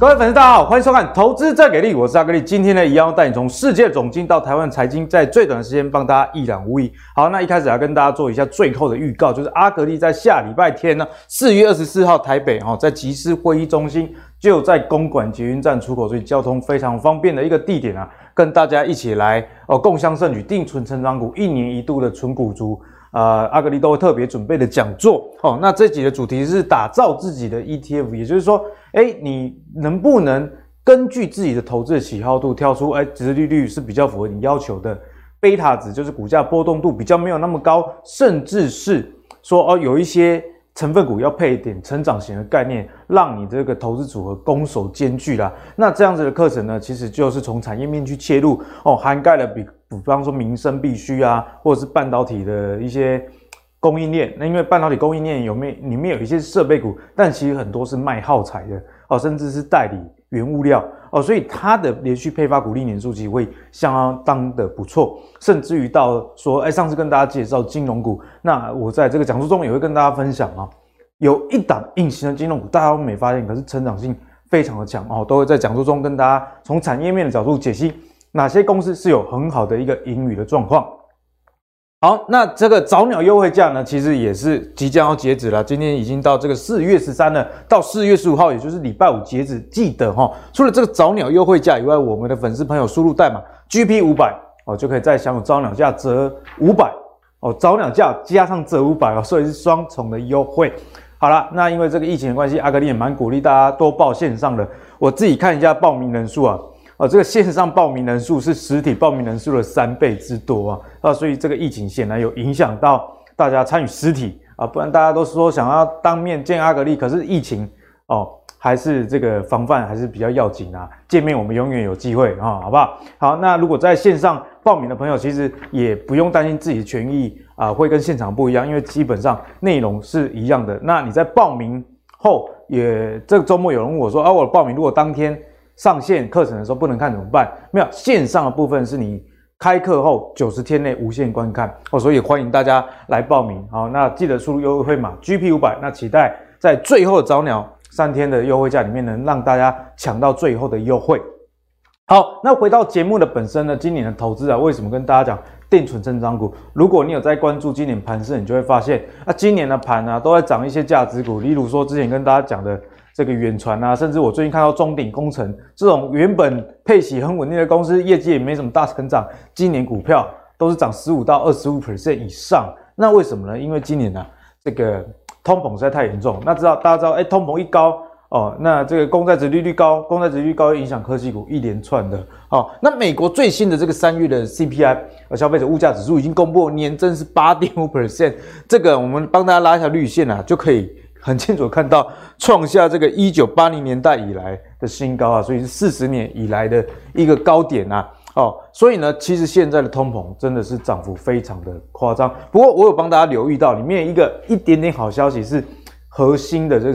各位粉丝，大家好，欢迎收看《投资再给力》，我是阿格力。今天呢，一样带你从世界总经到台湾财经，在最短的时间帮大家一览无遗。好，那一开始要跟大家做一下最后的预告，就是阿格力在下礼拜天呢，4月24号台北在集思会议中心，就在公馆捷运站出口，所以交通非常方便的一个地点啊，跟大家一起来共襄盛举，定存成长股1年1度的存股族。阿格力都会特别准备的讲座。那这集的主题是打造自己的 ETF， 也就是说，你能不能根据自己的投资的喜好度，挑出殖利率是比较符合你要求的，贝塔值就是股价波动度比较没有那么高，甚至是说有一些成分股要配一点成长型的概念，让你这个投资组合攻守兼具啦。那这样子的课程呢，其实就是从产业面去切入涵盖了比方说民生必需啊，或者是半导体的一些供应链。那因为半导体供应链里面有一些设备股，但其实很多是卖耗材的甚至是代理原物料所以它的连续配发股利年数其实会相当的不错，甚至于到说上次跟大家介绍金融股，那我在这个讲座中也会跟大家分享有一档隐形的金融股，大家都没发现，可是成长性非常的强都会在讲座中跟大家从产业面的角度解析哪些公司是有很好的一个盈余的状况。好，那这个早鸟优惠价呢，其实也是即将要截止了。今天已经到这个4月13了，到4月15号，也就是礼拜五截止。记得除了这个早鸟优惠价以外，我们的粉丝朋友输入代码 GP500就可以再享有早鸟价折500早鸟价加上折500所以是双重的优惠。好啦，那因为这个疫情的关系，阿格力也蛮鼓励大家多报线上的。我自己看一下报名人数这个线上报名人数是实体报名人数的3倍之多所以这个疫情显然有影响到大家参与实体不然大家都说想要当面见阿格力，可是疫情还是这个防范还是比较要紧见面我们永远有机会好不好？好，那如果在线上报名的朋友，其实也不用担心自己的权益会跟现场不一样，因为基本上内容是一样的。那你在报名后这个周末有人问我说我的报名如果当天上线课程的时候不能看怎么办？没有，线上的部分是你开课后90天内无限观看所以欢迎大家来报名。好，那记得输入优惠码 GP500， 那期待在最后的早鸟3天的优惠价里面能让大家抢到最后的优惠。好，那回到节目的本身呢，今年的投资为什么跟大家讲定存成长股？如果你有在关注今年盘势，你就会发现今年的盘都在涨一些价值股，例如说之前跟大家讲的这个远传甚至我最近看到中鼎工程这种原本配息很稳定的公司，业绩也没什么大成长，今年股票都是涨15%到25% 以上。那为什么呢？因为今年这个通膨实在太严重。那大家知道通膨一高那这个公债殖利率高会影响科技股一连串的那美国最新的这个3月的 CPI 消费者物价指数已经公布，年增是 8.5%， 这个我们帮大家拉一条绿线就可以很清楚看到创下这个1980年代以来的新高所以是40年以来的一个高点所以呢，其实现在的通膨真的是涨幅非常的夸张。不过我有帮大家留意到，里面一点点好消息是核心的这个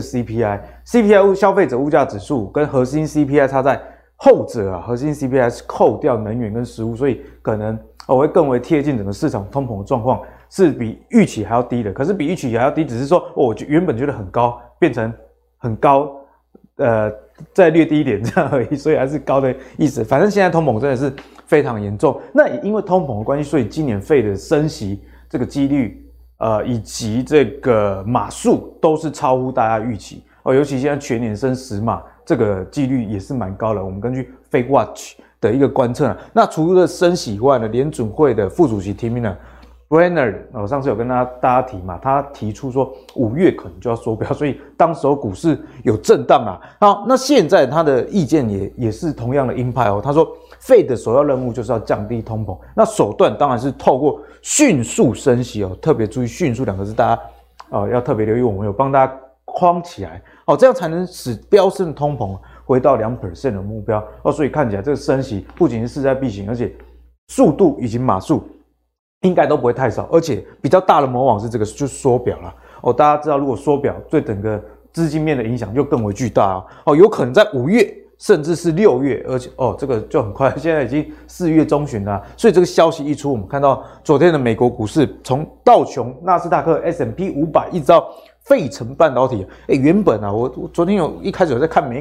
CPI 消费者物价指数跟核心 CPI 差在后者核心 CPI 是扣掉能源跟食物，所以可能会更为贴近整个市场通膨的状况，是比预期还要低的。可是比预期还要低，只是说我原本觉得很高，变成很高，再略低一点这样而已，所以还是高的意思。反正现在通膨真的是非常严重。那也因为通膨的关系，所以今年费的升息这个几率以及这个码数都是超乎大家预期尤其现在全年升10码，这个几率也是蛮高的。我们根据 Fed Watch 的一个观测那除了升息以外呢，联准会的副主席 Tim Bernard 我上次有跟大家提嘛，他提出说5月可能就要缩表，所以当时候股市有震荡好，那现在他的意见也是同样的鹰派他说 Fed 的首要任务就是要降低通膨，那手段当然是透过迅速升息特别注意迅速2个字，大家要特别留意，我们有帮大家框起来这样才能使飙升的通膨回到 2% 的目标所以看起来这个升息不仅是势在必行，而且速度以及码数应该都不会太少，而且比较大的魔网是这个就是缩表了大家知道如果缩表对整个资金面的影响就更为巨大有可能在5月甚至是6月，而且这个就很快，现在已经4月中旬了所以这个消息一出，我们看到昨天的美国股市从道琼、纳斯达克、S&P 500一直到费城半导体原本我昨天一开始有在看美股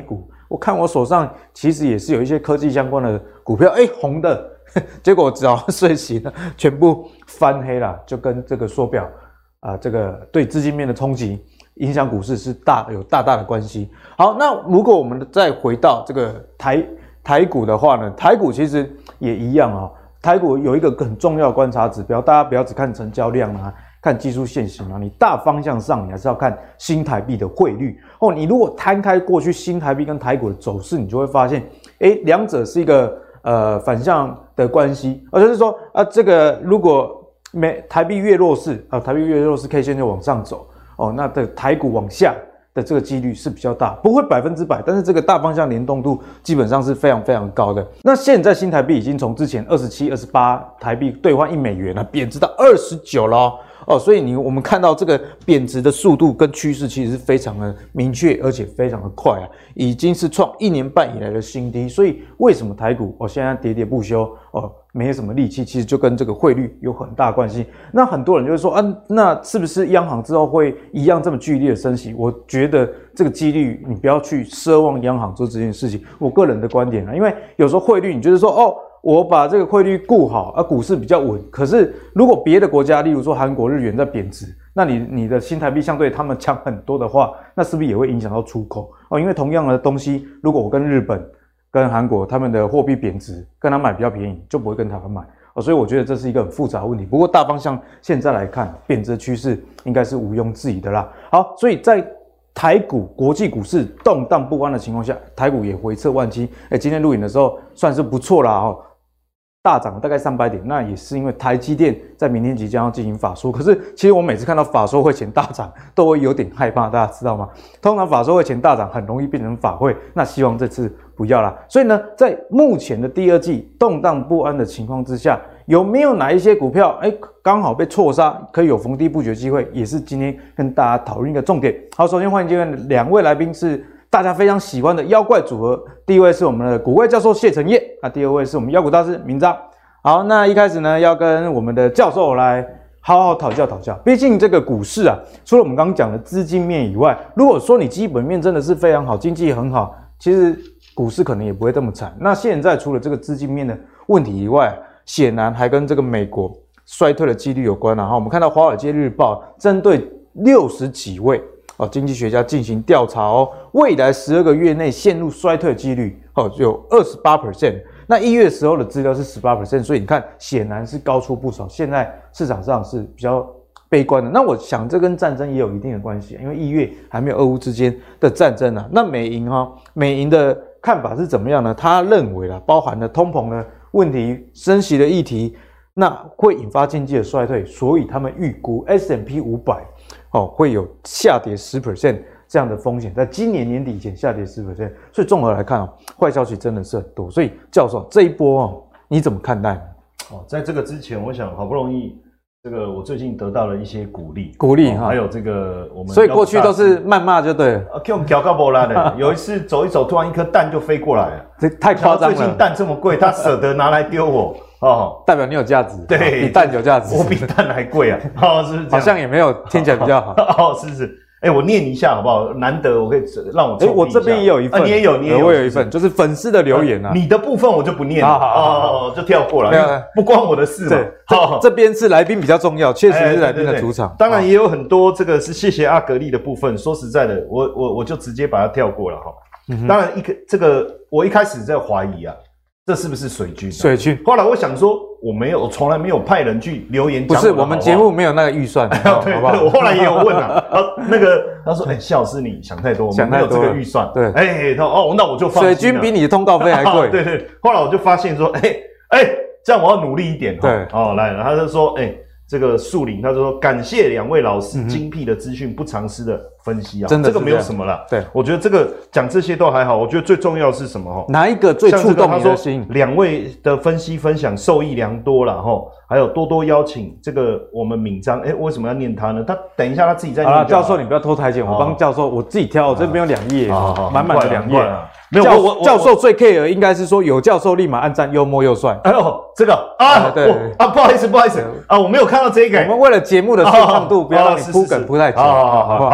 我看我手上其实也是有一些科技相关的股票，红的，结果早上睡醒了，全部翻黑了，就跟这个缩表这个对资金面的冲击影响股市是有大的关系。好，那如果我们再回到这个台股的话呢，台股其实也一样啊。台股有一个很重要的观察指标，大家不要只看成交量啊，看技术线型啊，你大方向上你还是要看新台币的汇率你如果摊开过去新台币跟台股的走势，你就会发现，两者是一个反向的关系，就是说这个如果台币越弱势台币越弱势 K 线就往上走那的台股往下的这个几率是比较大，不会100%，但是这个大方向联动度基本上是非常高的。那现在新台币已经从之前27、28台币兑换1美元了，贬值到29了所以我们看到这个贬值的速度跟趋势其实是非常的明确，而且非常的快已经是创1年半以来的新低。所以为什么台股现在喋喋不休没什么力气，其实就跟这个汇率有很大关系。那很多人就会说那是不是央行之后会一样这么剧烈的升息？我觉得这个几率你不要去奢望央行做这件事情。我个人的观点因为有时候汇率你就是说我把这个汇率顾好股市比较稳。可是如果别的国家，例如说韩国、日元在贬值，那你的新台币相对他们强很多的话，那是不是也会影响到出口因为同样的东西，如果我跟日本、跟韩国他们的货币贬值，跟他买比较便宜，就不会跟台湾买所以我觉得这是一个很复杂的问题。不过大方向现在来看，贬值的趋势应该是毋庸置疑的啦。好，所以在台股国际股市动荡不安的情况下，台股也回测万七。今天录影的时候算是不错啦大涨大概300点，那也是因为台积电在明天即将要进行法说。可是其实我每次看到法说会前大涨都会有点害怕，大家知道吗？通常法说会前大涨很容易变成法会，那希望这次不要啦。所以呢，在目前的第二季动荡不安的情况之下，有没有哪一些股票刚好被错杀，可以有逢低布局的机会，也是今天跟大家讨论一个重点。好，首先欢迎今天的2位来宾是大家非常喜欢的妖怪组合，第一位是我们的股怪教授谢承业，第二位是我们妖股大师明章。好，那一开始呢，要跟我们的教授来好好讨教。毕竟这个股市除了我们刚刚讲的资金面以外，如果说你基本面真的是非常好，经济很好，其实股市可能也不会这么惨。那现在除了这个资金面的问题以外，显然还跟这个美国衰退的几率有关我们看到《华尔街日报》针对60几位经济学家进行调查未来12个月内陷入衰退的几率有 28%。那1月时候的资料是 18%， 所以你看显然是高出不少。现在市场上是比较悲观的。那我想这跟战争也有一定的关系，因为1月还没有俄乌之间的战争那美银的看法是怎么样呢？他认为包含了通膨的问题、升息的议题，那会引发经济的衰退，所以他们预估 S&P 500会有下跌 10% 这样的风险，在今年年底以前下跌 10%。所以综合来看坏消息真的是很多。所以教授这一波你怎么看待呢？ 在这个之前，我想好不容易这个我最近得到了一些鼓励还有这个我们， 所以过去都是谩骂就对了给我们调高波拉的。有一次走一走，突然一颗蛋就飞过来了， 这太夸张了。 最近蛋这么贵，他舍得拿来丢我代表你有价值， 对， 比蛋有价值， 我比蛋还贵是不是这样？ 好像也没有听起来比较好是。我念一下好不好？难得我可以让我抽我这边也有一份， 你也有， 我有一份，就是粉丝的留言你的部分我就不念了，就跳过了，不关我的事嘛。 这边是来宾比较重要，确实是来宾的主场。 当然也有很多这个是谢谢阿格力的部分，说实在的，我就直接把它跳过了当然这个我一开始在怀疑这是不是水军？ 水军。 后来我想说，我从来没有派人去留言讲。 不是，我们节目没有那个预算， 对，我后来也有问他说，谢老师你想太多，我们没有这个预算。 对， 那我就放心了。 水军比你的通告费还贵。 对，后来我就发现说，这样我要努力一点。 对， 来，他就说，这个树林，他就说感谢2位老师精辟的资讯，不藏私的分析真的这个没有什么啦。 对， 我觉得这个讲这些都还好，我觉得最重要的是什么哪一个最触动你的心 ？2位的分析分享受益良多啦还有多邀请这个我们敏章，为什么要念他呢？他等一下他自己在念。 教授你不要拖台前，我帮教授我自己挑，我这边有2页，满满的2页。 没有， 教授最 care 应该是说有教授立马按赞，幽默又帅。 这个对不好意思我没有看到这个。 我们为了节目的顺畅度，不要让你铺梗铺太久。 好了，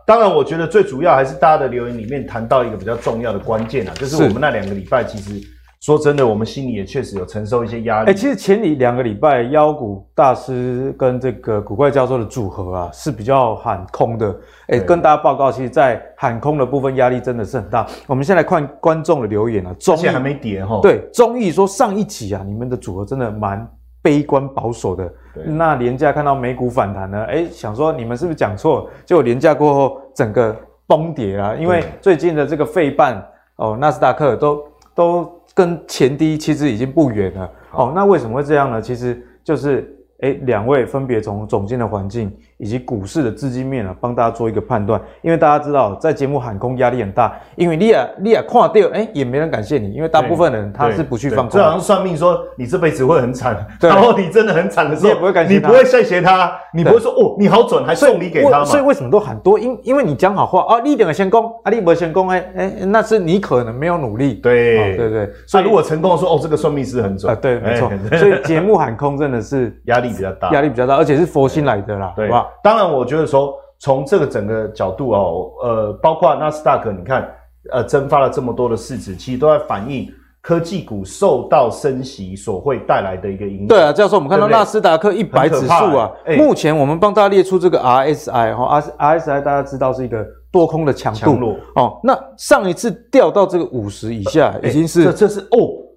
当然我觉得最主要还是大家的留言里面谈到一个比较重要的关键啊，就是我们那2个礼拜其实说真的，我们心里也确实有承受一些压力。 其实前2个礼拜妖股大师跟这个古怪教授的组合啊是比较喊空的。跟大家报告，其实在喊空的部分压力真的是很大。我们先来看观众的留言啊， 而且还没跌齁。 对，综艺说上一集啊，你们的组合真的蛮悲观保守的。那连假看到美股反弹呢，想说你们是不是讲错？结果连假过后整个崩跌啊，因为最近的这个费半纳斯达克都跟前低其实已经不远了。那为什么会这样呢？其实就是2位分别从总经的环境以及股市的资金面啊，帮大家做一个判断。因为大家知道，在节目喊空压力很大，因为你也看到，也没人感谢你，因为大部分人他是不去放空。 这好像算命说你这辈子会很惨，然后你真的很惨的时候， 你也不会感谢他， 你不会谢谢他，你不会说你好准，还送礼给他嘛。 所以为什么都喊多？因为你讲好话啊，你一定要先攻啊，你不先攻那是你可能没有努力。对。 所以如果成功的说这个算命师很准对，没错。所以节目喊空真的是压力比较大， 而且是佛心来的啦， 对吧？ 当然，我觉得说从这个整个角度包括纳斯达克，你看蒸发了这么多的市值，其实都在反映科技股受到升息所会带来的一个影响。 对啊，教授，我们看到纳斯达克100指数啊，目前我们帮大家列出这个 RSI 大家知道是一个多空的强度那上一次掉到这个50以下，已经是这是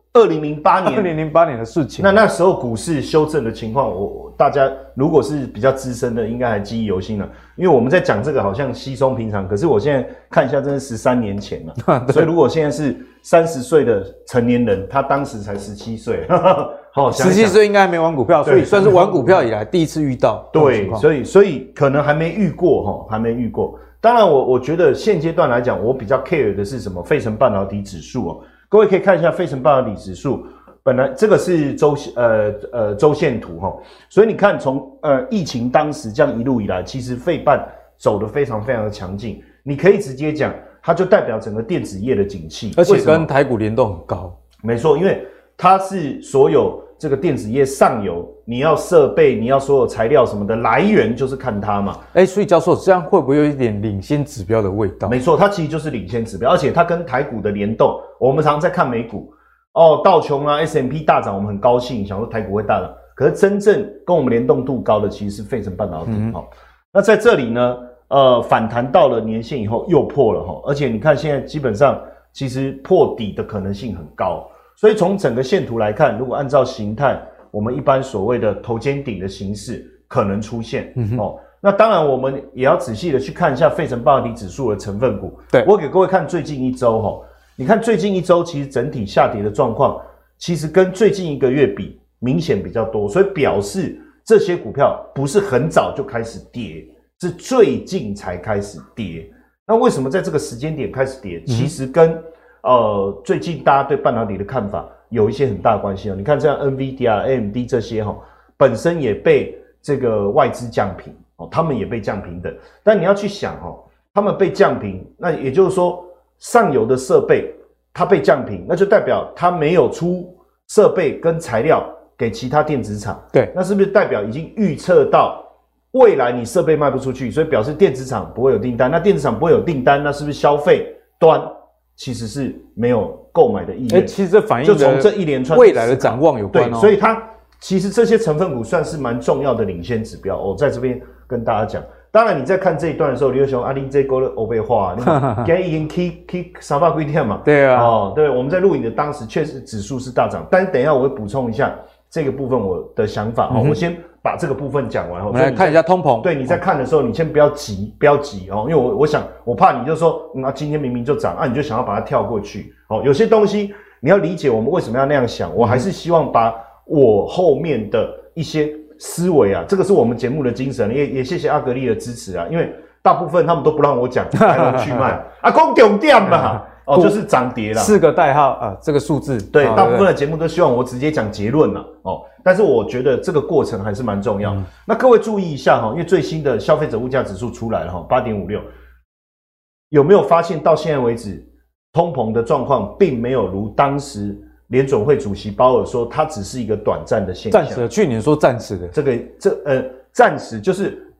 2008 年的事情。 那时候股市修正的情况，大家如果是比较资深的，应该还记忆犹新了。因为我们在讲这个好像稀松平常，可是我现在看一下，真是13年前了。所以如果现在是30岁的成年人，他当时才17岁 ，17岁应该还没玩股票，所以算是玩股票以来第一次遇到。 对，所以可能还没遇过。当然我觉得现阶段来讲，我比较 care 的是什么？费城半导体指数各位可以看一下费城半导体指数，本来这个是周线图所以你看从疫情当时这样一路以来，其实费半走得非常非常的强劲，你可以直接讲，它就代表整个电子业的景气， 而且跟台股联动很高。 没错，因为它是所有这个电子业上游，你要设备，你要所有材料什么的来源就是看它嘛。 所以教授这样会不会有一点领先指标的味道？ 没错，它其实就是领先指标，而且它跟台股的联动，我们常常在看美股道琼S&P 大涨，我们很高兴，想说台股会大涨，可是真正跟我们联动度高的其实是费城半导体那在这里呢反弹到了年线以后又破了而且你看现在基本上其实破底的可能性很高。所以从整个线图来看，如果按照形态，我们一般所谓的头肩顶的形式可能出现那当然我们也要仔细的去看一下费城半导体指数的成分股。 对， 我给各位看最近一周你看最近一周其实整体下跌的状况，其实跟最近1个月比明显比较多，所以表示这些股票不是很早就开始跌，是最近才开始跌。那为什么在这个时间点开始跌？其实跟最近大家对半导体的看法有一些很大的关系你看这样 NVIDIA、AMD 这些本身也被这个外资降评他们也被降评的。但你要去想他们被降评，那也就是说上游的设备它被降评，那就代表它没有出设备跟材料给其他电子厂。 对， 那是不是代表已经预测到未来你设备卖不出去，所以表示电子厂不会有订单？那电子厂不会有订单，那是不是消费端其实是没有购买的意愿？ 其实这反映就从这一连串未来的展望有关对，所以它其实这些成分股算是蛮重要的领先指标在这边跟大家讲。当然你在看这一段的时候，你就想你这个欧贝化，你今天已经 K 300几天嘛？ 对啊， 对，我们在录影的当时确实指数是大涨，但是等一下我会补充一下这个部分我的想法我先把这个部分讲完我们来看一下通膨。 对，你在看的时候，你先不要急因为我想我怕你就说今天明明就涨你就想要把它跳过去有些东西你要理解我们为什么要那样想。我还是希望把我后面的一些思维这个是我们节目的精神，也谢谢阿格力的支持因为大部分他们都不让我讲来龙去脉讲重点嘛就是涨跌啦，4 个代号这个数字。 对，大部分的节目都希望我直接讲结论啦但是我觉得这个过程还是蛮重要那各位注意一下因为最新的消费者物价指数出来了8.56，有没有发现到现在为止通膨的状况并没有如当时联准会主席鲍尔说它只是一个短暂的现象， 暂时的，去年说暂时的， 暂时就是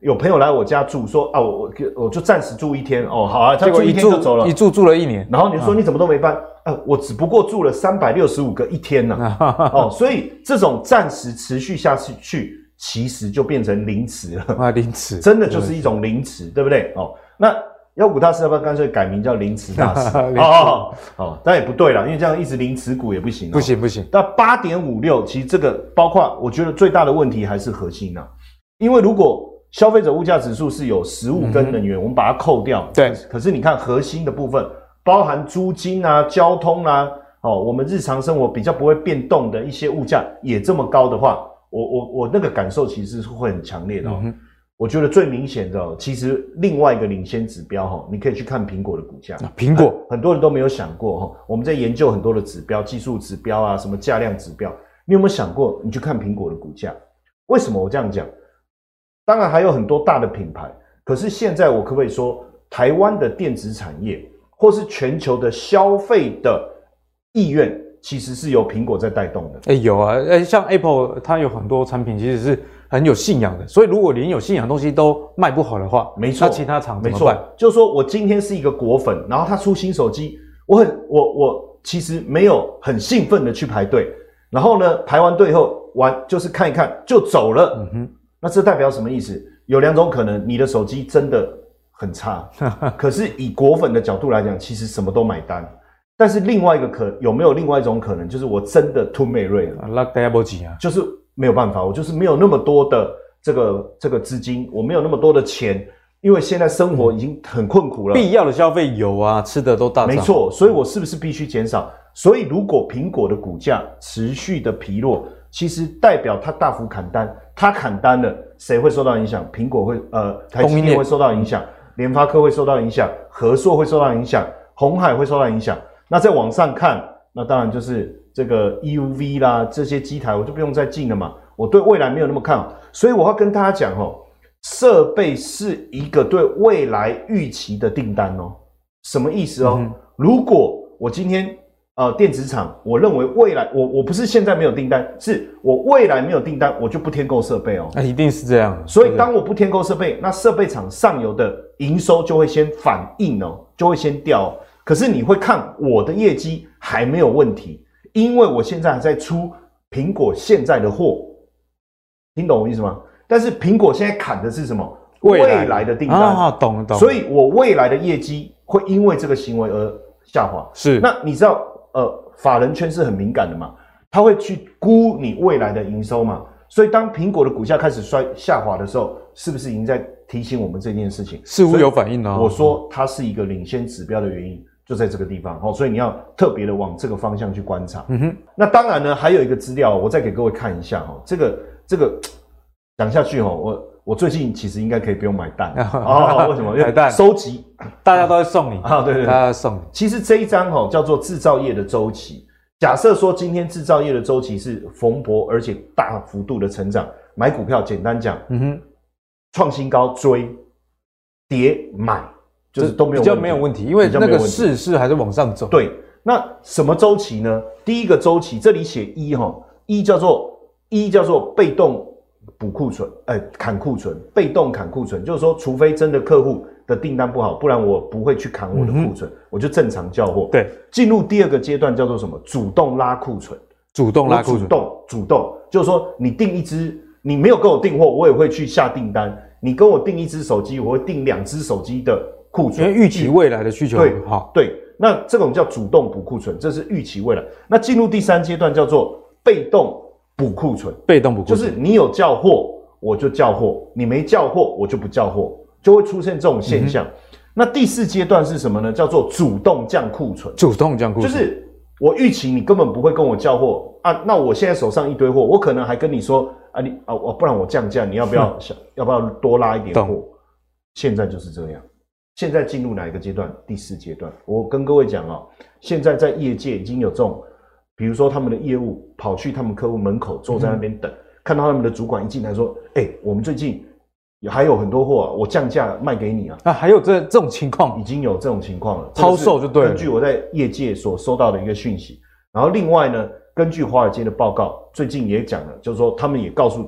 有朋友来我家住，说啊，我就暂时住1天哦，好啊，他住1天就走了， 一住了1年， 然后你说你怎么都没搬？我只不过住了365个1天呢、哦，所以这种暂时持续下去，其实就变成凌迟了凌迟， 真的就是一种凌迟，对不对？哦，那妖股大师要不要干脆改名叫凌迟大师？但也不对啦，因为这样一直凌迟股也不行， 不行。 那8.56，其实这个包括我觉得最大的问题还是核心啊，因为如果消费者物价指数是有食物跟能源，我们把它扣掉， 对， 可是你看核心的部分。包含租金啊、交通啊，我们日常生活比较不会变动的一些物价也这么高的话，我那个感受其实是会很强烈的哦。我觉得最明显的其实另外一个领先指标你可以去看苹果的股价。 苹果很多人都没有想过我们在研究很多的指标、技术指标啊，什么价量指标，你有没有想过你去看苹果的股价？为什么我这样讲？当然还有很多大的品牌，可是现在我可不可以说，台湾的电子产业？或是全球的消费的意愿，其实是由苹果在带动的。 有啊，像 Apple 它有很多产品其实是很有信仰的，所以如果连有信仰的东西都卖不好的话， 没错， 那其他厂怎么办？ 就是说我今天是一个果粉，然后他出新手机，我其实没有很兴奋的去排队，然后呢排完队后就是看一看就走了。那这代表什么意思？有2种可能，你的手机真的很差，可是以果粉的角度来讲，其实什么都买单。但是另外一个有没有另外一种可能，就是我真的吞美瑞了， 那大家不急啊， 就是没有办法，我就是没有那么多的这个资金，我没有那么多的钱，因为现在生活已经很困苦了。 必要的消费有啊，吃的都大涨， 没错，所以我是不是必须减少？所以如果苹果的股价持续的疲弱，其实代表它大幅砍单，它砍单了，谁会受到影响？苹果会台积电会受到影响。联发科会受到影响，和硕会受到影响，鸿海会受到影响。那再往上看，那当然就是这个 EUV 啦，这些机台我就不用再进了嘛。我对未来没有那么看好，所以我要跟大家讲设备是一个对未来预期的订单什么意思如果我今天电子厂，我认为未来我不是现在没有订单，是我未来没有订单，我就不添购设备一定是这样。 所以当我不添购设备，那设备厂上游的营收就会先反应就会先掉可是你会看我的业绩还没有问题，因为我现在还在出苹果现在的货，听懂我意思吗？但是苹果现在砍的是什么？未来的订单懂。 所以我未来的业绩会因为这个行为而下滑。 是， 那你知道法人圈是很敏感的嘛，他会去估你未来的营收嘛，所以当苹果的股价开始下滑的时候，是不是已经在提醒我们这件事情？ 似乎有反应我说它是一个领先指标的原因就在这个地方所以你要特别的往这个方向去观察。那当然呢，还有一个资料我再给各位看一下这个讲下去我最近其实应该可以不用买蛋为什么？因为收集大家都会送你对， 大家都送你。 其实这一张叫做制造业的周期。假设说今天制造业的周期是蓬勃而且大幅度的成长，买股票简单讲，创新高追，跌买，就是都没有问题， 比较没有问题，因为那个势还是往上走。 对，那什么周期呢？第一个周期这里写一叫做被动补库存，砍库存，被动砍库存，就是说，除非真的客户的订单不好，不然我不会去砍我的库存，我就正常交货。 对， 进入第二个阶段叫做什么？主动拉库存， 主动拉库存， 主动，就是说你订一支，你没有跟我订货，我也会去下订单。你跟我订一支手机，我会订2支手机的库存， 因为预期未来的需求很好。 对，那这种叫主动补库存，这是预期未来。那进入第3阶段叫做被动补库存， 被动补库存就是你有叫货我就叫货，你没叫货我就不叫货，就会出现这种现象。那第4阶段是什么呢？叫做主动降库存。 主动降库存就是我预期你根本不会跟我叫货那我现在手上一堆货，我可能还跟你说不然我降价，你要不要要不要多拉一点货？现在就是这样。现在进入哪一个阶段？第4阶段。我跟各位讲现在在业界已经有这种，比如说他们的业务跑去他们客户门口坐在那边等，看到他们的主管一进来说：“我们最近还有很多货我降价卖给你还有这种情况， 已经有这种情况了， 抛售就对了。 根据我在业界所收到的一个讯息，然后另外呢，根据华尔街的报告，最近也讲了，就是说他们也告诉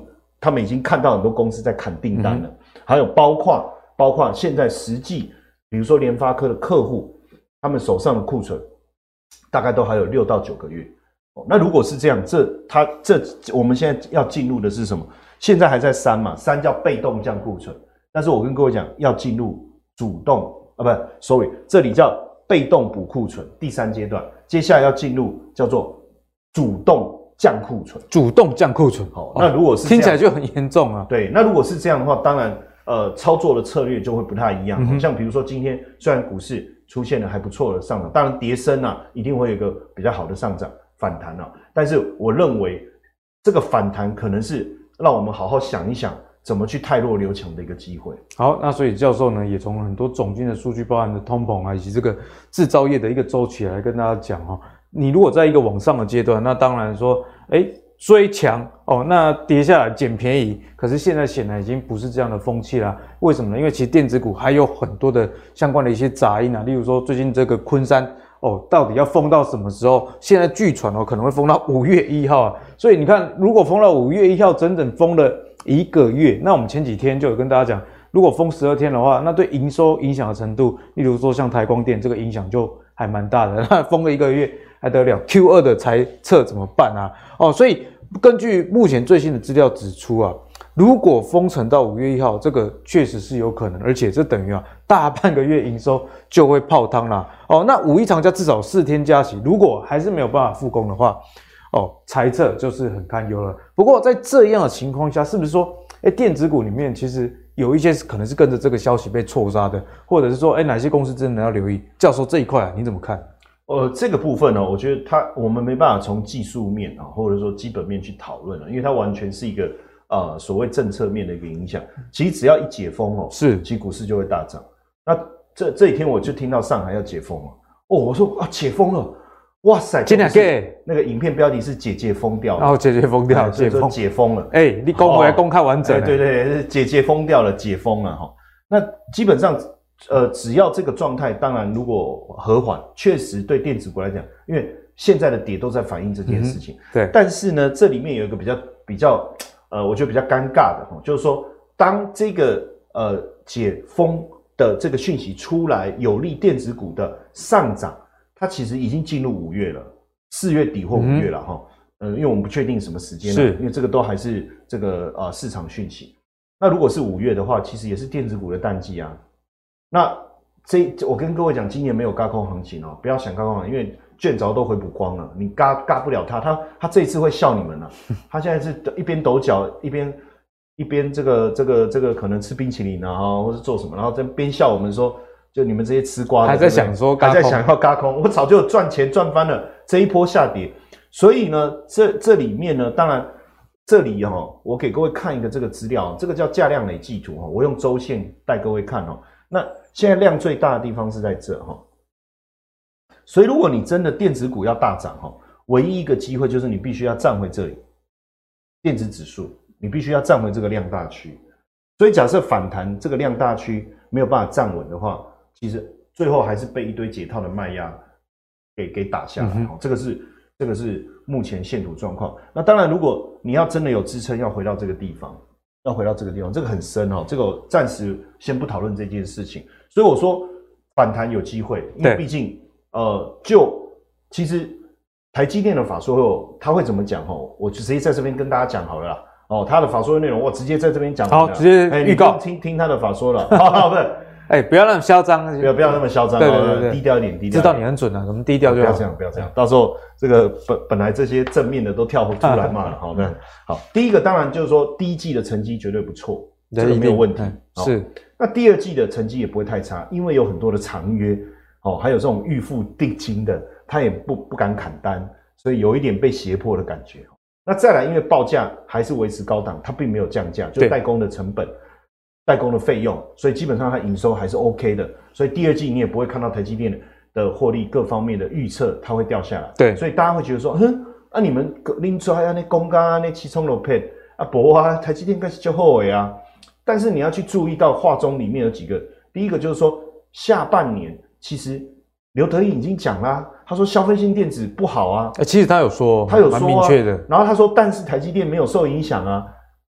他们已经看到很多公司在砍订单了，还有包括现在实际，比如说联发科的客户，他们手上的库存大概都还有6到9个月。那如果是这样，我们现在要进入的是什么？现在还在3嘛，3叫被动降库存，但是我跟各位讲，要进入主动这里叫被动补库存，第3阶段，接下来要进入叫做主动降库存。 主动降库存， 那如果是这样听起来就很严重啊。 对，那如果是这样的话，当然操作的策略就会不太一样。像比如说今天虽然股市出现了还不错的上涨，当然跌升啊，一定会有一个比较好的上涨反弹啊。但是我认为这个反弹可能是让我们好好想一想，怎么去汰弱留强的一个机会。 好，那所以教授呢，也从很多总经的数据，包含的通膨啊，以及这个制造业的一个周期来跟大家讲哦。你如果在一个往上的阶段，那当然说，追强哦，那跌下来捡便宜。可是现在显然已经不是这样的风气啦。为什么呢？因为其实电子股还有很多的相关的一些杂音啊，例如说最近这个昆山到底要封到什么时候？现在据传可能会封到5月1号啊。所以你看，如果封到5月1号，整整封了1个月，那我们前几天就有跟大家讲，如果封12天的话，那对营收影响的程度，例如说像台光电这个影响就还蛮大的。那封了1个月还得了 ？Q2 的财测怎么办啊？所以根据目前最新的资料指出啊，如果封城到5月1号，这个确实是有可能，而且这等于大半个月营收就会泡汤啦。那五一长假至少4天假期，如果还是没有办法复工的话，财测就是很堪忧了。不过在这样的情况下，是不是说，电子股里面其实有一些可能是跟着这个消息被错杀的，或者是说，哪些公司真的要留意？教授这一块你怎么看？ 这个部分呢，我觉得我们没办法从技术面或者说基本面去讨论了，因为它完全是一个所谓政策面的一个影响。其实只要一解封其实股市就会大涨。那这几天我就听到上海要解封了，我说解封了，哇塞！ 真的假的？ 那个影片标题是姐姐封掉了， 姐姐封掉， 解封了。 你公开公开完整。 对，姐姐封掉了，解封了哈。那基本上。只要这个状态，当然如果和缓，确实对电子股来讲，因为现在的跌都在反映这件事情。 对。 但是呢，这里面有一个比较我觉得比较尴尬的就是说，当这个解封的这个讯息出来，有利电子股的上涨，它其实已经进入5月了，4月底或5月了哈。因为我们不确定什么时间了，因为这个都还是这个市场讯息。那如果是5月的话，其实也是电子股的淡季啊。那我跟各位讲，今年没有轧空行情不要想轧空行情，因为券早都回补光了，你轧不了他这一次会笑你们他现在是一边抖脚一边这个可能吃冰淇淋或是做什么，然后在边笑我们说，就你们这些吃瓜的还在想说还在想要轧空，我早就赚钱赚翻了这一波下跌。所以呢，这里面呢，当然这里我给各位看一个这个资料，这个叫价量累计图我用周线带各位看那现在量最大的地方是在这所以如果你真的电子股要大涨唯一一个机会就是你必须要站回这里，电子指数你必须要站回这个量大区。所以假设反弹这个量大区没有办法站稳的话，其实最后还是被一堆解套的卖压给打下来这个是目前现图状况。那当然如果你要真的有支撑要回到这个地方，这个很深这个我暂时先不讨论这件事情。所以我说反弹有机会，因为毕竟其实台积电的法说会他会怎么讲我就直接在这边跟大家讲好了啦他的法说会内容我直接在这边讲好了， 直接预告听他的法说了不是不要那么嚣张， 不要那么嚣张， 对， 低调一点， 知道你很准啊，我们低调就好， 不要这样，到时候这个本来这些正面的都跳出来骂了，好，第一个当然就是说第一季的成绩绝对不错，这个没有问题， 是。 那第二季的成绩也不会太差，因为有很多的长约还有这种预付定金的，他也不敢砍单，所以有一点被胁迫的感觉。那再来，因为报价还是维持高档，它并没有降价，就代工的成本。代工的费用，所以基本上它营收还是 OK 的，所以第二季你也不会看到台积电的获利各方面的预测它会掉下来。 对， 所以大家会觉得说，你们拎出来那公干那7冲楼片不台积电应该是就好的啊。但是你要去注意到话中里面有几个，第一个就是说下半年其实刘德音已经讲啦，他说消费性电子不好啊。 其实他有说蛮明确的。 然后他说，但是台积电没有受影响啊。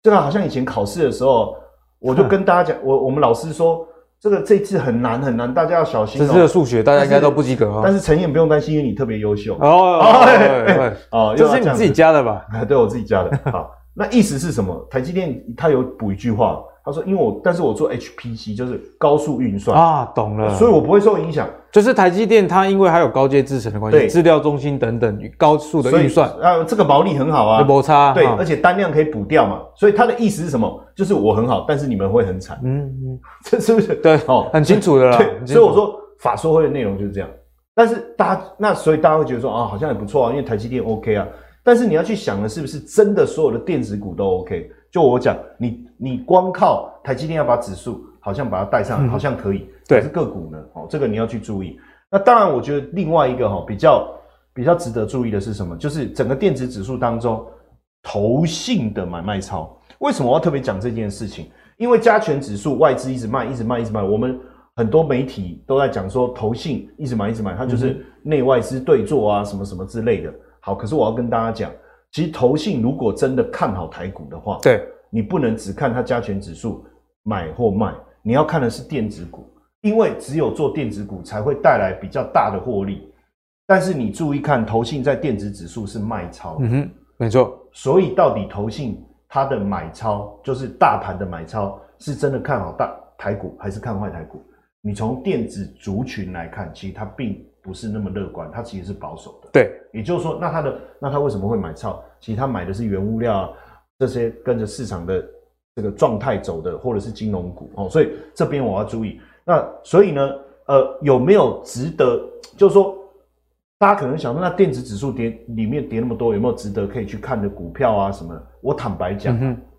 这个好像以前考试的时候，我就跟大家讲，我们老师说这次很难很难，大家要小心哦。 这次的数学大家应该都不及格哦。 但是陈燕不用担心，因为你特别优秀哦，这是你自己加的吧？ 对，我自己加的。好，那意思是什么？台积电它有补一句话，他说因为但是我做 HPC 就是高速运算啊，懂了， 所以我不会受影响。 就是台积电它因为还有高阶制程的关系，资料中心等等高速的运算， 这个毛利很好啊， 没差。 对，而且单量可以补掉嘛，所以它的意思是什么？就是我很好，但是你们会很惨。这是不是？ 对，很清楚的啦。 对，所以我说法说会的内容就是这样。但是所以大家会觉得说啊，好像也不错啊，因为台积电 OK 啊。但是你要去想的是不是真的所有的电子股都 OK？ 就我讲，你光靠台积电要把指数好像把它带上来，好像可以。 对， 可是个股呢？这个你要去注意。那当然，我觉得另外一个比较值得注意的是什么？就是整个电子指数当中，投信的买卖超。为什么我要特别讲这件事情？因为加权指数外资一直卖，我们很多媒体都在讲说投信一直买，它就是内外资对做啊，什么什么之类的。好，可是我要跟大家讲，其实投信如果真的看好台股的话， 对， 你不能只看它加权指数买或卖，你要看的是电子股，因为只有做电子股才会带来比较大的获利。但是你注意看，投信在电子指数是卖超， 没错。 所以到底投信它的买超，就是大盘的买超，是真的看好台股还是看坏台股？你从电子族群来看，其实它并不是那么乐观，它其实是保守的。 对， 也就是说，那他为什么会买超？其实他买的是原物料啊，这些跟着市场的这个状态走的，或者是金融股所以这边我要注意。那所以呢，有没有值得？就是说，大家可能想说，那电子指数里面跌那么多，有没有值得可以去看的股票啊什么？我坦白讲，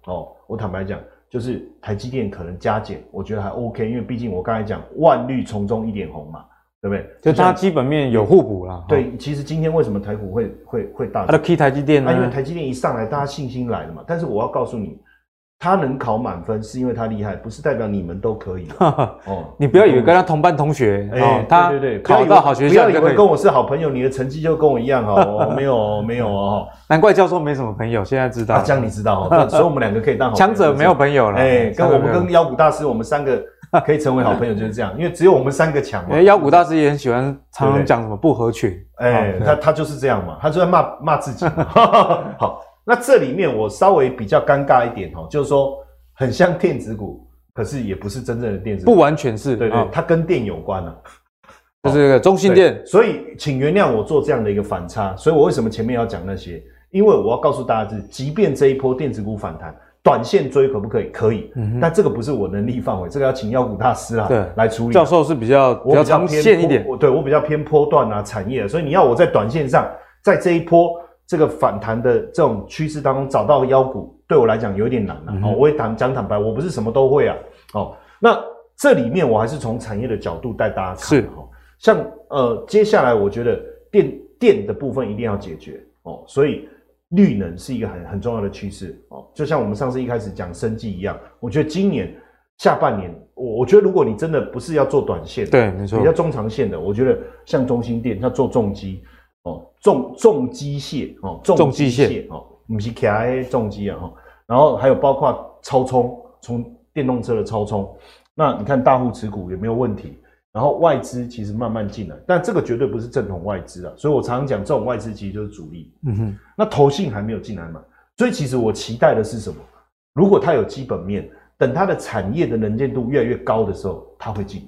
就是台积电可能加减，我觉得还 OK， 因为毕竟我刚才讲万绿丛中一点红嘛。对不对？ 就它基本面有互补啦。 对，其实今天为什么台股会大涨？ 它的 key 台积电呢？ 因为台积电一上来，大家信心来了嘛。但是我要告诉你，他能考满分是因为他厉害，不是代表你们都可以。 你不要以为跟他同班同学，他对， 考到好学校， 不要以为跟我是好朋友，你的成绩就跟我一样没有哦。 难怪教授没什么朋友，现在知道。 这样你知道所以我们两个可以当好朋友。 强者没有朋友了。 跟妖股大师，我们三个可以成为好朋友，就是这样，因为只有我们三个强嘛。 妖股大师也很喜欢常常讲什么不合群， 他就是这样嘛，他就在骂自己嘛。好，那这里面我稍微比较尴尬一点就是说很像电子股，可是也不是真正的电子股， 不完全是， 对，它跟电有关啊， 就是这个中兴电。 所以请原谅我做这样的一个反差，所以我为什么前面要讲那些？因为我要告诉大家是，即便这一波电子股反弹，短线追可不可以？可以，但这个不是我能力范围，这个要请妖股大师来处理。 教授是比较长线一点， 我比较偏波段啊产业，所以你要我在短线上，在这一波这个反弹的这种趋势当中找到妖股，对我来讲有点难我也讲坦白，我不是什么都会啊。那这里面我还是从产业的角度带大家看。 是像接下来我觉得电的部分一定要解决所以绿能是一个很重要的趋势就像我们上次一开始讲生技一样，我觉得今年下半年，我觉得如果你真的不是要做短线， 对，没错， 比较中长线的，我觉得像中兴电，要做重机重机械重机械不是开重机然后还有包括超充，从电动车的超充，那你看大户持股有没有问题？然后外资其实慢慢进来，但这个绝对不是正统外资所以我常常讲这种外资其实就是主力。那投信还没有进来嘛，所以其实我期待的是什么？如果它有基本面，等它的产业的能见度越来越高的时候，它会进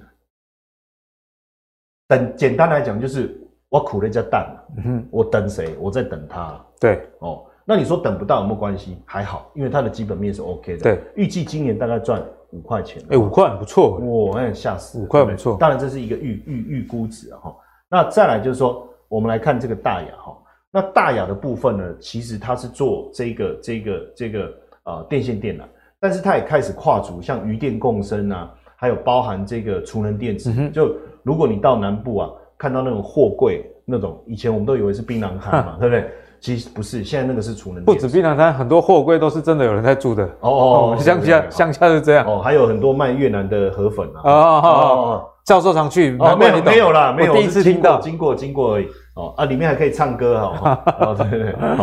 来。简单来讲就是我苦了一家蛋我等谁？我在等它。 对那你说等不到有没有关系？还好，因为它的基本面是 OK 的。 对， 预计今年大概赚5块钱。 5块很不错。 吓死！ 5块不错。 当然这是一个预估值那再来就是说，我们来看这个大亚那大亚的部分呢，其实它是做这个电线电缆，但是它也开始跨足像余电共生啊，还有包含这个储能电池。就如果你到南部看到那种货柜那种，以前我们都以为是槟榔摊嘛，对不对？其实不是，现在那个是储能电池。 不止槟榔摊，很多货柜都是真的有人在住的。乡下是这样。 还有很多卖越南的河粉教授常去。 没有啦，没有， 我第一次听到， 经过而已。里面还可以唱歌对。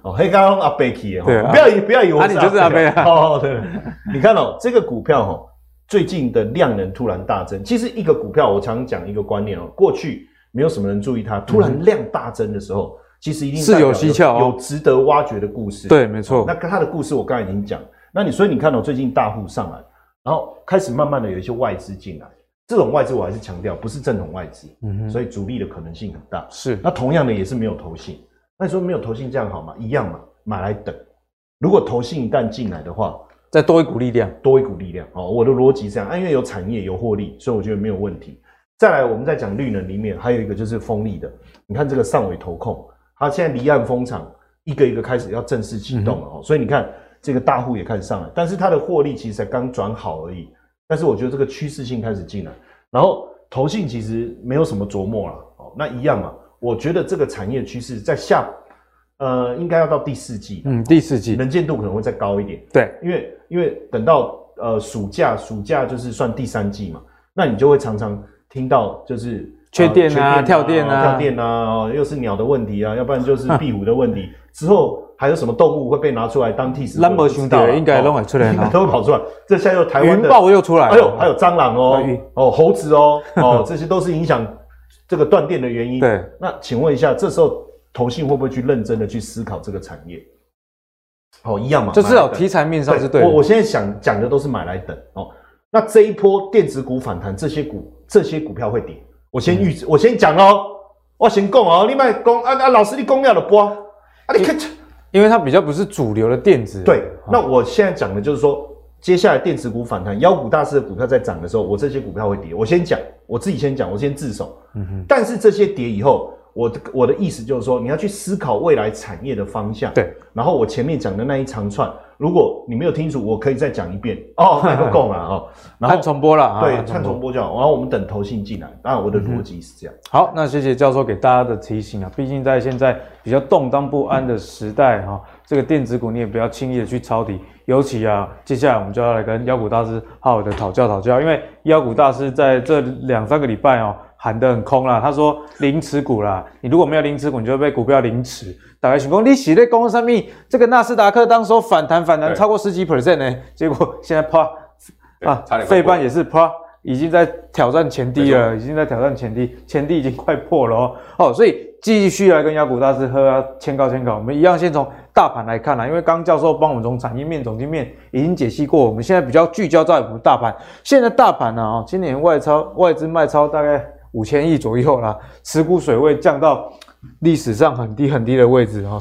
哦，黑刚阿贝去的， 对， 不要以为我你就是阿贝啊。 哦，对，你看哦，这个股票哦，最近的量能突然大增。其实一个股票，我常讲一个观念哦，过去没有什么人注意它，突然量大增的时候，其实一定是有蹊跷， 有值得挖掘的故事。 对，没错。 那它的故事我刚才已经讲，所以你看哦，最近大户上来，然后开始慢慢的有一些外资进来。这种外资我还是强调不是正统外资，所以主力的可能性很大。 是， 那同样的也是没有投信。那你说没有投信这样好吗？一样嘛，买来等。如果投信一旦进来的话， 再多一股力量， 哦，我的逻辑是这样，因为有产业有获利，所以我觉得没有问题。再来，我们在讲绿能里面还有一个就是风力的，你看这个上尾投控，它现在离岸风场一个一个开始要正式启动了哦，所以你看这个大户也开始上来，但是它的获利其实才刚转好而已。但是我觉得这个趋势性开始进来，然后投信其实没有什么琢磨了哦，那一样嘛。我觉得这个产业趋势在应该要到第四季， 第四季能见度可能会再高一点。 对， 因为等到暑假就是算第三季嘛，那你就会常常听到就是缺电啊、跳电啊，又是鸟的问题啊，要不然就是壁虎的问题。之后还有什么动物会被拿出来当替死鬼？ 兄弟应该都会出来， 都会跑出来。这下又台湾的云豹又出来， 哎呦，还有蟑螂猴子这些都是影响这个断电的原因。 对， 那请问一下，这时候投信会不会去认真的去思考这个产业？一样嘛， 就至少题材面上是对的。 我现在讲的都是买来等哦。那这一波电子股反弹，这些股票会跌。我先讲哦，我先讲哦，你别讲啊，老师你讲了就播啊，你看， 因为它比较不是主流的电子。 对，那我现在讲的就是说，接下来电子股反弹，妖股大师的股票在涨的时候，我这些股票会跌。我先讲，我自己先讲，我先自首。但是这些跌以后，我的意思就是说，你要去思考未来产业的方向。 对， 然后我前面讲的那一长串，如果你没有听清楚，我可以再讲一遍哦，那就够了哦。然后看重播了， 对，看重播就好。然后我们等投信进来，当然我的逻辑是这样。 好，那谢谢教授给大家的提醒啊，毕竟在现在比较动荡不安的时代哈，这个电子股你也不要轻易的去抄底，尤其啊，接下来我们就要来跟妖股大师好好的讨教，因为妖股大师在这2-3个礼拜哦。喊得很空啦，他说零持股啦，你如果没有零持股，你就会被股票凌迟。大家想说你是在讲什么？这个纳斯达克当时候反弹超过10几%呢，结果现在啪费半也是啪，已经在挑战前低了，前低已经快破了哦。所以继续来跟妖股大师签稿。我们一样先从大盘来看啦，因为刚教授帮我们从产业面、总经面已经解析过，我们现在比较聚焦在我们大盘。现在大盘呢，今年外资卖超大概5000亿左右啦，持股水位降到历史上很低的位置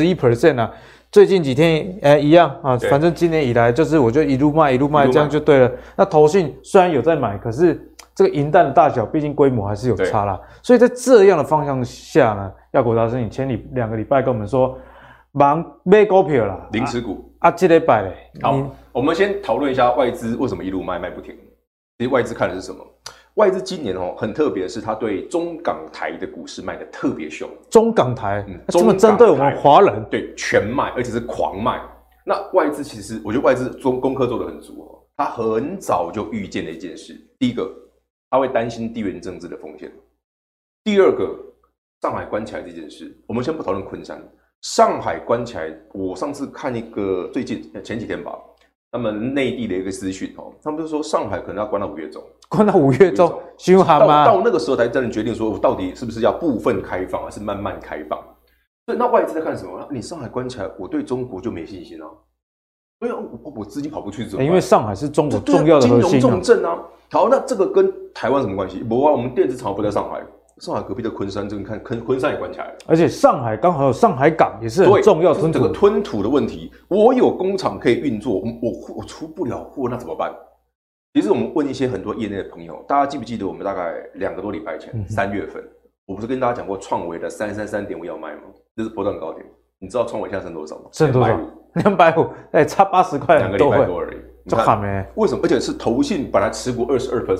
41%啊。最近几天一样啊，反正今年以来就是我就一路卖这样就对了。那投信虽然有在买，可是这个银弹的大小毕竟规模还是有差啦。所以在这样的方向下呢，妖股大师你前2个礼拜跟我们说忙买股票啦， 零持股这礼拜嘞。 好，我们先讨论一下外资为什么一路卖不停。其实外资看的是什么？外资今年很特别的是，他对中港台的股市卖的特别凶。 中港台，这么针对我们华人， 对，全卖，而且是狂卖。那外资其实，我觉得外资功课做得很足哦。他很早就预见了一件事：第一个，他会担心地缘政治的风险；第二个，上海关起来这件事，我们先不讨论昆山，上海关起来，我上次看一个最近前几天吧。他们内地的一个资讯他们就说上海可能要关到5月中， 凶悍吗？ 到那个时候才真的决定说，我到底是不是要部分开放，还是慢慢开放？所以那外资在看什么？你上海关起来，我对中国就没信心啊，所以我资金跑不去怎么办？ 因为上海是中国重要的核心金融重镇啊。好，那这个跟台湾什么关系？不啊，我们电子厂不在上海。上海隔壁的昆山，你看昆山也关起来了， 而且上海刚好有上海港，也是很重要。 这个吞吐的问题，我有工厂可以运作，我出不了货，那怎么办？其实我们问一些很多业内的朋友，大家记不记得我们大概2个多礼拜前，3月份，我不是跟大家讲过创维的333.5要卖吗？这是波段高点，你知道创维现在剩多少吗？ 剩多少？250，差80块 ，2个礼拜多而已。 就喊没？ 为什么？而且是投信本来持股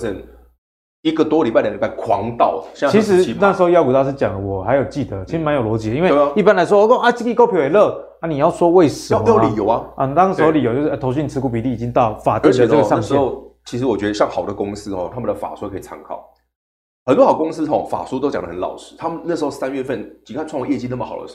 22%。1个多礼拜2礼拜狂倒， 其实那时候妖股大师讲的，我还有记得，其实蛮有逻辑的。因为一般来说，我说这个股票也热你要说为什么？ 要理由啊！ 当时候理由就是投信持股比例已经到法定的这个上限。 那时候其实我觉得像好的公司他们的法说可以参考。很多好公司法说都讲得很老实，他们那时候3月份，你看创维业绩那么好的时候，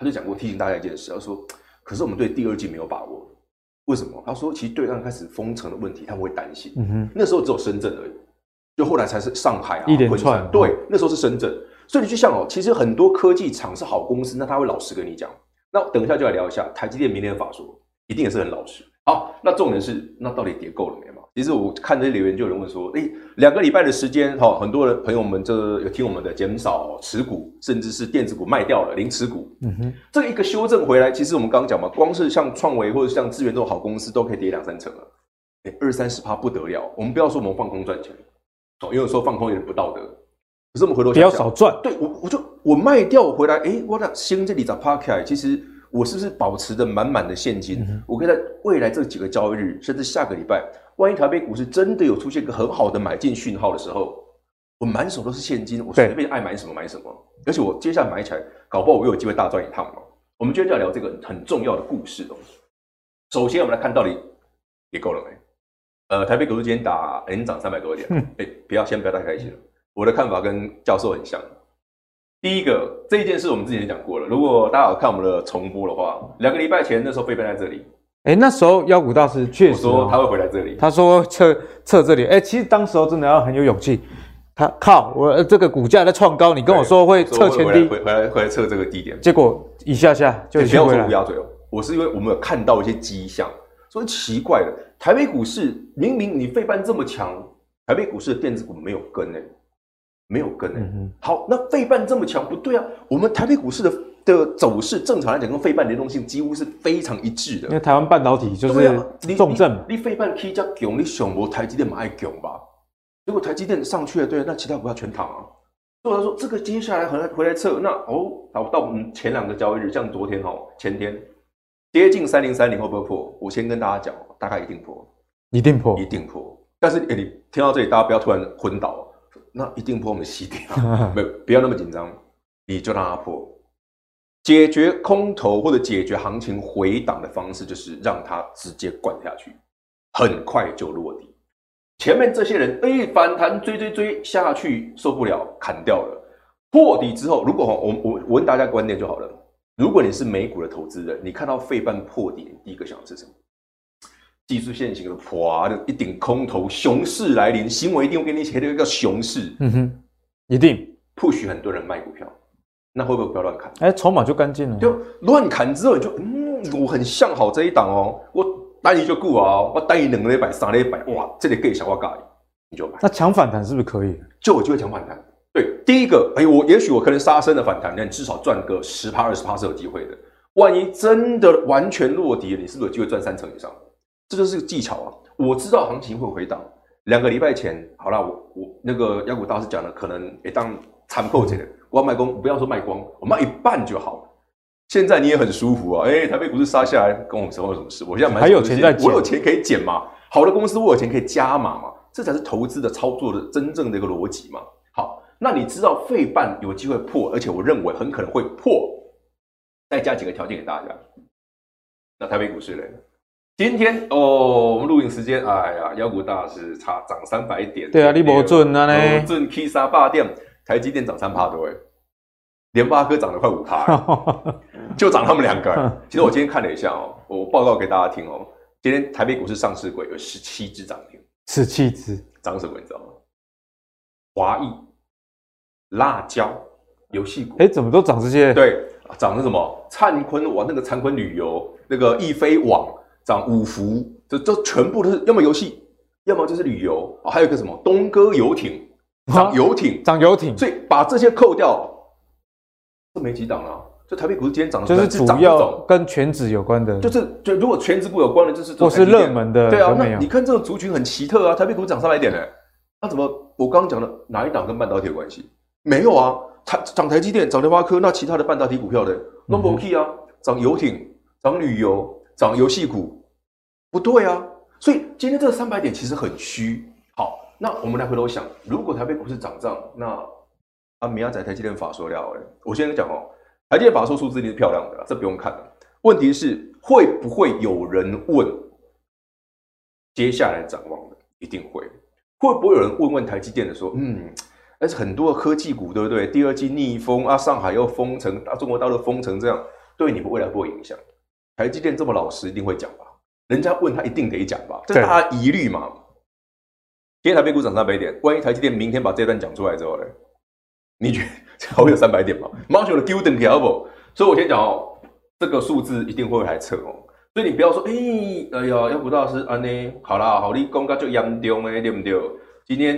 他就讲过提醒大家一件事，他说，可是我们对第二季没有把握，为什么？他说，其实对岸开始封城的问题，他们会担心。那时候只有深圳而已，就后来才是上海啊， 一连串。 对，那时候是深圳。所以你去想哦，其实很多科技厂是好公司，那他会老实跟你讲。那等一下就来聊一下台积电明天的法说，一定也是很老实。好，那重点是，那到底跌够了没嘛？其实我看这些留言，就有人问说，2个礼拜的时间，很多人朋友们有听我们的减少持股，甚至是电子股卖掉了，零持股。这一个修正回来，其实我们刚刚讲嘛，光是像创维或者像智原这种好公司，都可以跌2-3成了，20-30%不得了。我们不要说我们放空赚钱，因为有时候放空有点不道德。可是我们回头想想， 不要少赚。 对，我卖掉我回来，我那先这里找 park 其实我是不是保持着满满的现金？我可以在未来这几个交易日，甚至下个礼拜，万一台北股市真的有出现一个很好的买进讯号的时候，我满手都是现金，我随便爱买什么买什么。而且我接下来买起来，搞不好我有机会大赚一趟嘛。我们今天就要聊这个很重要的故事哦。首先，我们来看到底跌够了没？台北股市今天已经涨300多点，先不要太开心了。我的看法跟教授很像。第一个，这一件事我们之前讲过了。如果大家有看我们的重播的话，2个礼拜前那时候费半在这里， 那时候妖股大师确实说他会回来这里， 他说测这里，其实当时候真的要很有勇气。他靠，我这个股价在创高，你跟我说会测前低， 回来测这个低点， 结果一下就不要说乌鸦嘴哦，我是因为我们有看到一些迹象，所以奇怪了，台北股市明明你费半这么强，台北股市的电子股没有跟没有跟好，那费半这么强不对啊，我们台北股市的走势正常来讲跟费半联动性几乎是非常一致的， 因为台湾半导体就是重镇嘛， 你费半 K 加强，你想无台积电嘛爱强吧？如果台积电上去了，对，那其他股票全躺啊。所以他说这个接下来回来测，那到我们前2个交易日，像昨天前天接近3030会不会破？我先跟大家讲，大概一定破， 一定破， 一定破。但是你听到这里，大家不要突然昏倒。那一定破我们洗掉，不要那么紧张，你就让它破。解决空头或者解决行情回档的方式，就是让它直接灌下去，很快就落底。前面这些人反弹追下去受不了，砍掉了。破底之后，如果我问大家观念就好了，如果你是美股的投资人，你看到费半破底，第一个想的是什么？技术线型的哗的一顶空头，熊市来临，新闻一定会给你写的一个熊市， 一定 push 很多人卖股票，那会不会股票乱砍？ 筹码就干净了， 就乱砍之后，你就我很向好这一档哦，我单一就顾啊，我单一2个礼拜、3个礼拜，哇，这里可以小花盖，你就买。 那抢反弹是不是可以？ 就有机会抢反弹。对，第一个，也许我可能杀生的反弹，那你至少赚个10%、20%是有机会的。万一真的完全落底了，你是不是有机会赚3成以上？这就是个技巧啊！我知道行情会回档。2个礼拜前，好啦，我那个妖股大师讲的，可能当残破这个，我要卖光，不要说卖光，我卖一半就好了。现在你也很舒服啊，台北股市杀下来，跟我们有什么事？我现在还有钱在减， 我有钱可以减嘛。好的公司我有钱可以加码嘛，这才是投资的操作的真正的一个逻辑嘛。好，那你知道费半有机会破，而且我认为很可能会破，再加几个条件给大家。那台北股市嘞？今天我们录影时间，妖股大师涨300点。 对啊，你没准啊呢？ 准 K 300点，台积电涨3%多联发科涨了快5%，就涨他们2个。其实我今天看了一下我报告给大家听今天台北股市上市柜有17只涨停 ，17只涨什么你知道吗？华裔、辣椒、游戏股， 怎么都涨这些？ 对，涨的什么？灿坤那个灿坤旅游，那个易飞网。涨5福，这全部都是要么游戏，要么就是旅游，还有一个什么东哥游艇，涨游艇，所以把这些扣掉，这没几档了。就台北股市今天涨的就是主要跟全指有关的， 就如果全指股有关的，就是或是热门的， 对啊。那你看这个族群很奇特啊，台北股市涨300点那怎么我刚刚讲的哪一档跟半导体有关系？没有啊，涨台积电，涨联发科，那其他的半导体股票的 no more key 啊，涨游艇，涨旅游。涨游戏股不对啊，所以今天这个300点其实很虚。好，那我们来回头想，如果台北股市涨涨，那明仔载台积电法说了我先讲台积电法说数字一定是漂亮的，这不用看了。问题是会不会有人问接下来展望的？一定会。会不会有人问台积电的说，很多的科技股对不对？第2季逆风上海又封城，中国大陆封城这样。 对你们未来不会影响。台积电这么老实，一定会讲吧？人家问他一定得讲吧？这是大家疑虑嘛？今天台北股涨300点，万一台积电明天把这段讲出来之后呢？你觉得还会有300点吗？马上的丢等条不？所以我先讲哦，这个数字一定会来测哦。所以你不要说，哎呀，要不到是安呢？好啦，好，你讲到就严重诶，对不对？今天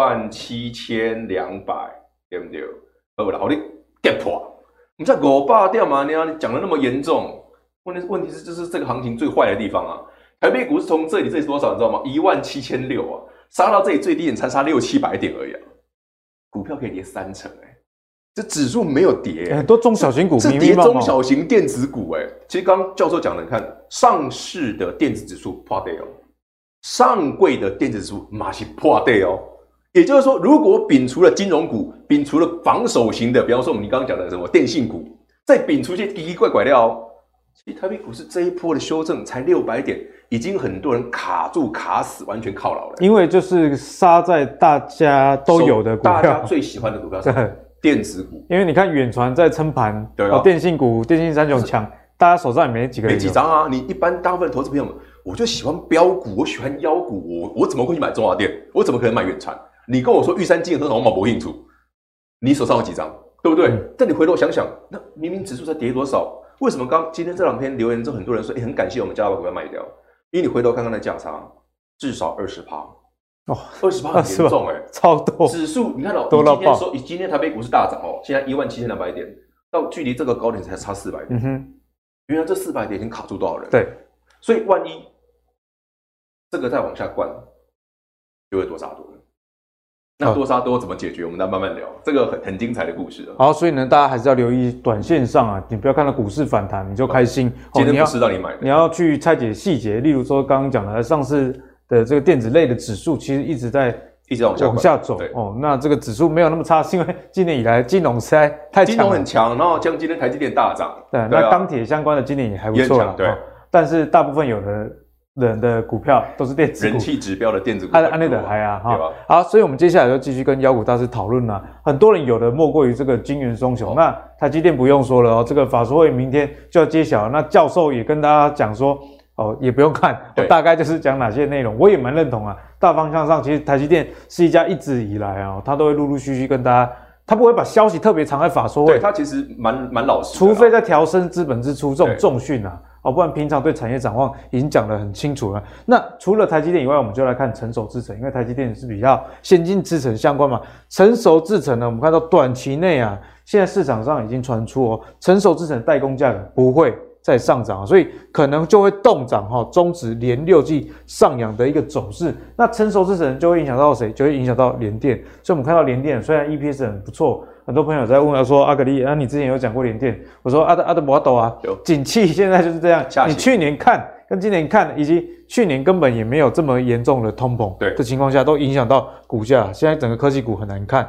17200，对不对？好啦，好，你跌破，你在500点嘛？你讲的那么严重，问题是这是这个行情最坏的地方啊！台北股是从这里是多少？你知道吗？17600啊，杀到这里最低点才杀600-700点而已啊！股票可以跌30%这指数没有跌很多中小型股是跌中小型电子股其实刚刚教授讲的，你看上市的电子指数破底哦，上柜的电子指数嘛是破底哦。也就是说，如果摒除了金融股，摒除了防守型的，比方说我们刚刚讲的什么电信股，再摒除一些奇奇怪怪的哦，其实台北股市这一波的修正才600点，已经很多人卡住卡死，完全靠牢了。 因为就是杀在大家都有的股票， 大家最喜欢的股票上。电子股， 因为你看远传在撑盘，对啊，电信股、电信三雄强，大家手上也没几个人， 没几张啊。你一般大部分投资朋友们，我就喜欢标股，我喜欢妖股，我怎么会去买中华电？我怎么可能买远传？你跟我说玉山金很好，我没兴趣。你手上有几张，对不对？但你回头想想，那明明指数才跌多少，为什么今天这2篇留言之后，很多人说，很感谢我们家把股票卖掉，因为你回头看看那价差，至少20%。哦，20%很严重超多。 指数你看到，以今天台北股市大涨哦，现在17200点，到距离这个高点才差400点。原来这400点已经卡住多少人？ 对， 所以万一这个再往下灌，就会多杀多了。那多杀多怎么解决？我们再慢慢聊，这个很精彩的故事。 好，所以呢，大家还是要留意短线上啊，你不要看到股市反弹你就开心。 今天不是让你买的， 你要去拆解细节，例如说刚刚讲的上市的这个电子类的指数，其实一直往下走哦。那这个指数没有那么差，是因为今年以来金融实在太强了， 金融很强，然后像今天台积电大涨， 对，那钢铁相关的今年也还不错啦，对。但是大部分有的人的股票都是电子股， 人气指标的电子股， 按那的还啊哈。好，所以我们接下来就继续跟妖股大师讨论啦。很多人有的莫过于这个晶圆双雄，那台积电不用说了哦，这个法说会明天就要揭晓，那教授也跟大家讲说。哦，也不用看，我大概就是讲哪些内容，我也蛮认同啊。大方向上，其实台积电是一家一直以来啊，他都会陆陆续续跟大家，他不会把消息特别藏在法说会， 对他其实蛮老实的， 除非在调升资本支出这种重训啊，不然平常对产业展望已经讲得很清楚了。那除了台积电以外，我们就来看成熟制程，因为台积电是比较先进制程相关嘛。成熟制程呢，我们看到短期内啊，现在市场上已经传出成熟制程代工价格不会在上涨，所以可能就会动涨终止连6季上扬的一个走势。那成熟制程就会影响到谁？就会影响到联电。所以我们看到联电虽然 EPS 很不错，很多朋友在问他说：“阿格力，你之前有讲过联电？”我说：“阿德摩斗啊，景气现在就是这样。你去年看跟今年看，以及去年根本也没有这么严重的通膨的情况下，都影响到股价。现在整个科技股很难看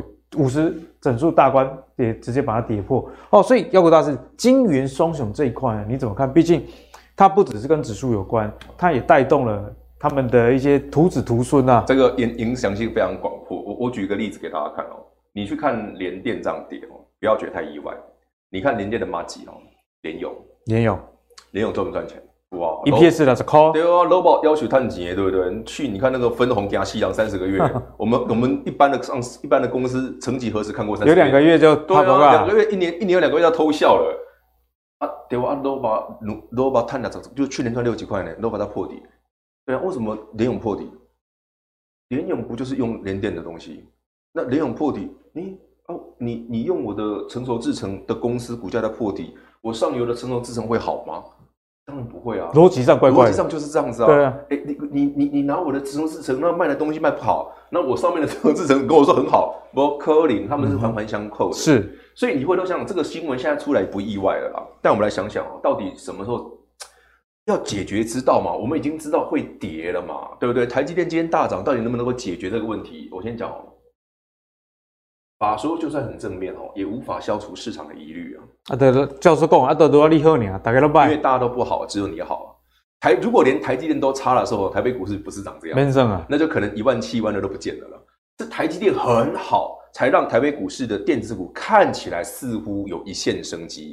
50整数大关也直接把它跌破所以妖股大师晶圆双雄这一块呢，你怎么看？毕竟它不只是跟指数有关，它也带动了他们的一些徒子徒孙啊， 这个影响性非常广阔。我举一个例子给大家看你去看联电这样跌不要觉得太意外。你看联电的麻吉联咏赚不赚钱？哇 ，EPS 的是高， 对啊 ，Lobo 要求探钱，对不对？你看那个分红给他吸氧30个月，我们一般的公司，曾几何时看过30个月？ 有2个月就对啊，2个月，一年有2个月要偷笑了对啊 ，Lobo 探了就去年赚60几块呢 ，Lobo 它破底，对啊，为什么联咏破底？联咏不就是用联电的东西？那联咏破底，你用我的成熟制程的公司股价在破底，我上游的成熟制程会好吗？当然不会啊， 逻辑上怪怪的， 逻辑上就是这样子啊。 对啊， 你拿我的成熟制程，那卖的东西卖不好，那我上面的成熟制程跟我说很好，不可能，他们是环环相扣的。 是， 所以你回头想想，这个新闻现在出来不意外了啦。但我们来想想到底什么时候要解决之道嘛？我们已经知道会跌了嘛，对不对？台积电今天大涨，到底能不能够解决这个问题？我先讲法说就算很正面也无法消除市场的疑虑啊。 对，教授讲都要利好你啊，大家都拜， 因为大家都不好，只有你好。如果连台积电都差的时候，台北股市不是长这样，那就可能17000、18000的都不见了。这台积电很好，才让台北股市的电子股看起来似乎有一线生机。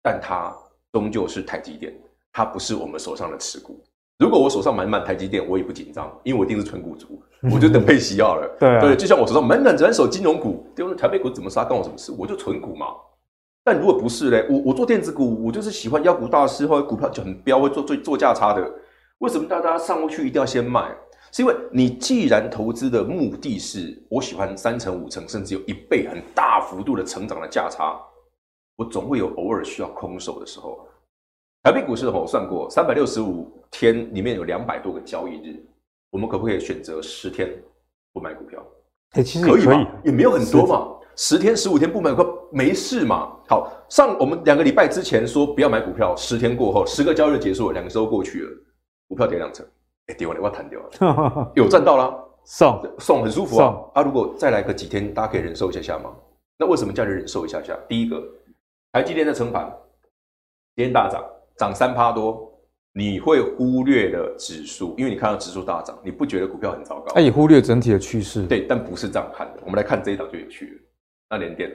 但它终究是台积电，它不是我们手上的持股。如果我手上满满台积电，我也不紧张，因为我一定是纯股族，我就等配息要了。 对， 就像我手上满满只手金融股，对不对？台北股怎么杀，关我什么事？我就纯股嘛。但如果不是嘞，我做电子股，我就是喜欢妖股大师，或者股票就很飙，会做价差的。为什么大家上过去一定要先卖？是因为你既然投资的目的是我喜欢3成5成，甚至有1倍很大幅度的成长的价差，我总会有偶尔需要空手的时候。台北股市我算过，365天里面有200多个交易日，我们可不可以选择10天不买股票？ 其实可以， 也没有很多嘛。10天、15天不买股票没事嘛。好，我们2个礼拜之前说不要买股票，10天过后，10个交易日结束了，2个周过去了，股票跌2成，跌完了我要弹掉了，有赚到啦，送很舒服啊。如果再来个几天，大家可以忍受一下吗？那为什么叫人忍受一下？第一个，台积电在撑盘，今天大涨3%多，你会忽略了指数，因为你看到指数大涨，你不觉得股票很糟糕？ 也忽略整体的趋势。 对，但不是这样看的。我们来看这一档就有趣了。那联电呢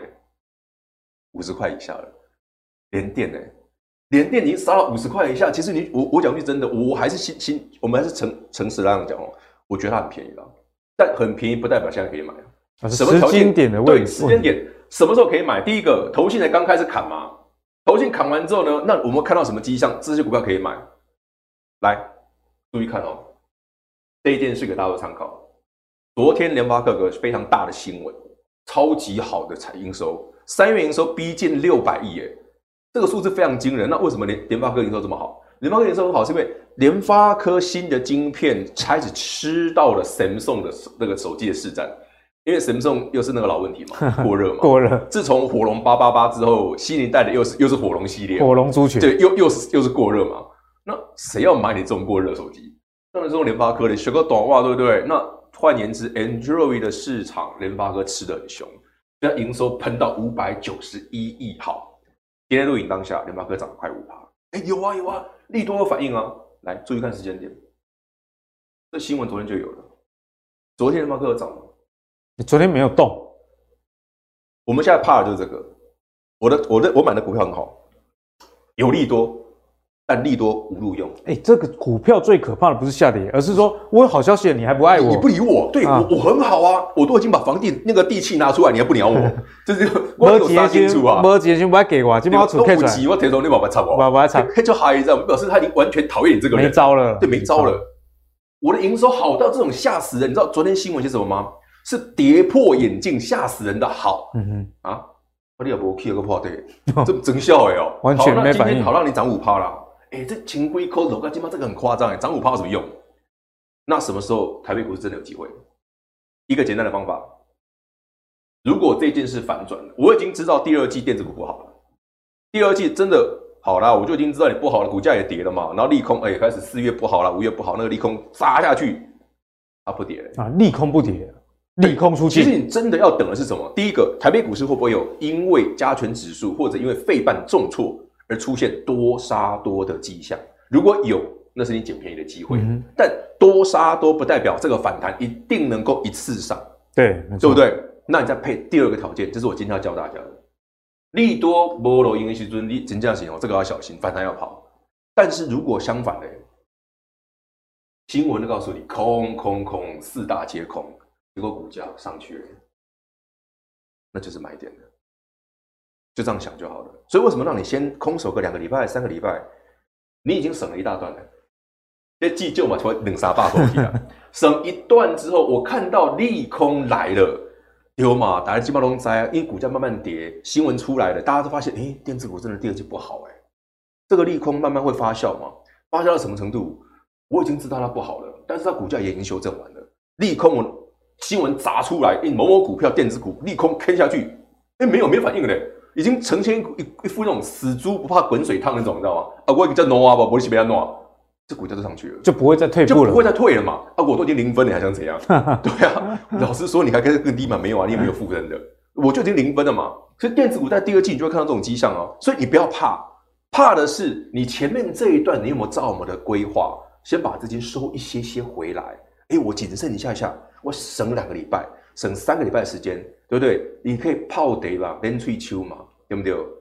？50块以下了。联电呢？联电已经杀到50块以下。其实我讲句真的，我还是我们还是诚实来讲哦，我觉得它很便宜啦。但很便宜不代表现在可以买啊。什么条件？时间点的问题。对，时间点什么时候可以买？第一个，投信才刚开始砍嘛。投信砍完之后呢，那我们看到什么迹象？这些股票可以买。来，注意看哦，这一件事给大家做参考。昨天联发科有个非常大的新闻，超级好的营收，3月营收逼近600亿耶，这个数字非常惊人。那为什么联发科营收这么好？联发科营收好是因为联发科新的晶片开始吃到了 Samsung 的那个手机的市占。因为 Samsung 又是那个老问题嘛，过热嘛。过热。自从火龙888之后，新一代的又是火龙系列， 火龙族群， 对，又是过热嘛。那谁要买你这种过热手机？当然是用联发科的，学个短袜，对不对？那换言之 ，Android 的市场，联发科吃得很凶，那营收喷到591亿。好，今天录影当下，联发科涨了快5%。有啊，利多有反应啊。来，注意看时间点，这新闻昨天就有了。昨天联发科有涨吗？ 你昨天没有动， 我们现在怕的就是这个。我买的股票很好，有利多，但利多无路用。 这个股票最可怕的不是下跌，而是说我有好消息了，你还不爱我， 你不理我。对，我很好啊，我都已经把房地那个地契拿出来，你还不鸟我，就是我有杀清楚啊， 没钱就不要给我，今天我出 K 出来， 我提头你把我插我， 把插， 就嗨这样，表示他已经完全讨厌你这个人， 没招了， 对，没招了。我的营收好到这种吓死人，你知道昨天新闻写什么吗？是跌破眼镜，吓死人的好。你也不 K 个破对，这真笑哦， 完全没反应。 好，让你涨5%啦。这前几口头，今嘛这个很夸张涨5%有什么用？那什么时候台北股市真的有机会？一个简单的方法，如果这件事反转了，我已经知道第2季电子股不好了，第2季真的好啦，我就已经知道你不好了，股价也跌了嘛。然后利空，开始4月不好了，5月不好，那个利空砸下去，它不跌了利空不跌。利空出尽。 其实你真的要等的是什么？第一个，台北股市会不会有因为加权指数或者因为费半重挫而出现多杀多的迹象？如果有，那是你捡便宜的机会。但多杀多不代表这个反弹一定能够一次上， 对不对？那你再配第2个条件，这是我今天要教大家的：利多没落因为时阵，你真正行这个要小心，反弹要跑。但是如果相反嘞，新闻都告诉你空4大皆空。结果股价上去了，那就是买点的，就这样想就好了。所以为什么让你先空手个2个礼拜、3个礼拜，你已经省了一大段了。这记旧嘛，才2、3把手起来，省一段之后，我看到利空来了，对嘛？大家基本上都知啊，因为股价慢慢跌，新闻出来了，大家都发现，电子股真的第2季不好这个利空慢慢会发酵嘛？发酵到什么程度？我已经知道它不好了，但是它股价也已经修正完了，利空新闻砸出来，某某股票电子股利空坑下去，没有反应了嘞，已经呈现一副那种死猪不怕滚水烫那种，你知道吗？我已经在挪吧，我是被他挪，这股价就上去了， 就不会再退步了， 就不会再退了嘛。我都已经0分了，还想怎样？对啊，老实说，你还可以更低嘛？没有啊，你也没有负分的，我就已经0分了嘛。所以电子股在第2季你就会看到这种迹象哦。所以你不要怕，怕的是你前面这一段你有没有照我们的规划，先把资金收一些回来。我谨慎一下，我省2个礼拜，省3个礼拜的时间，对不对？你可以泡茶吧，连吹秋嘛，对不对？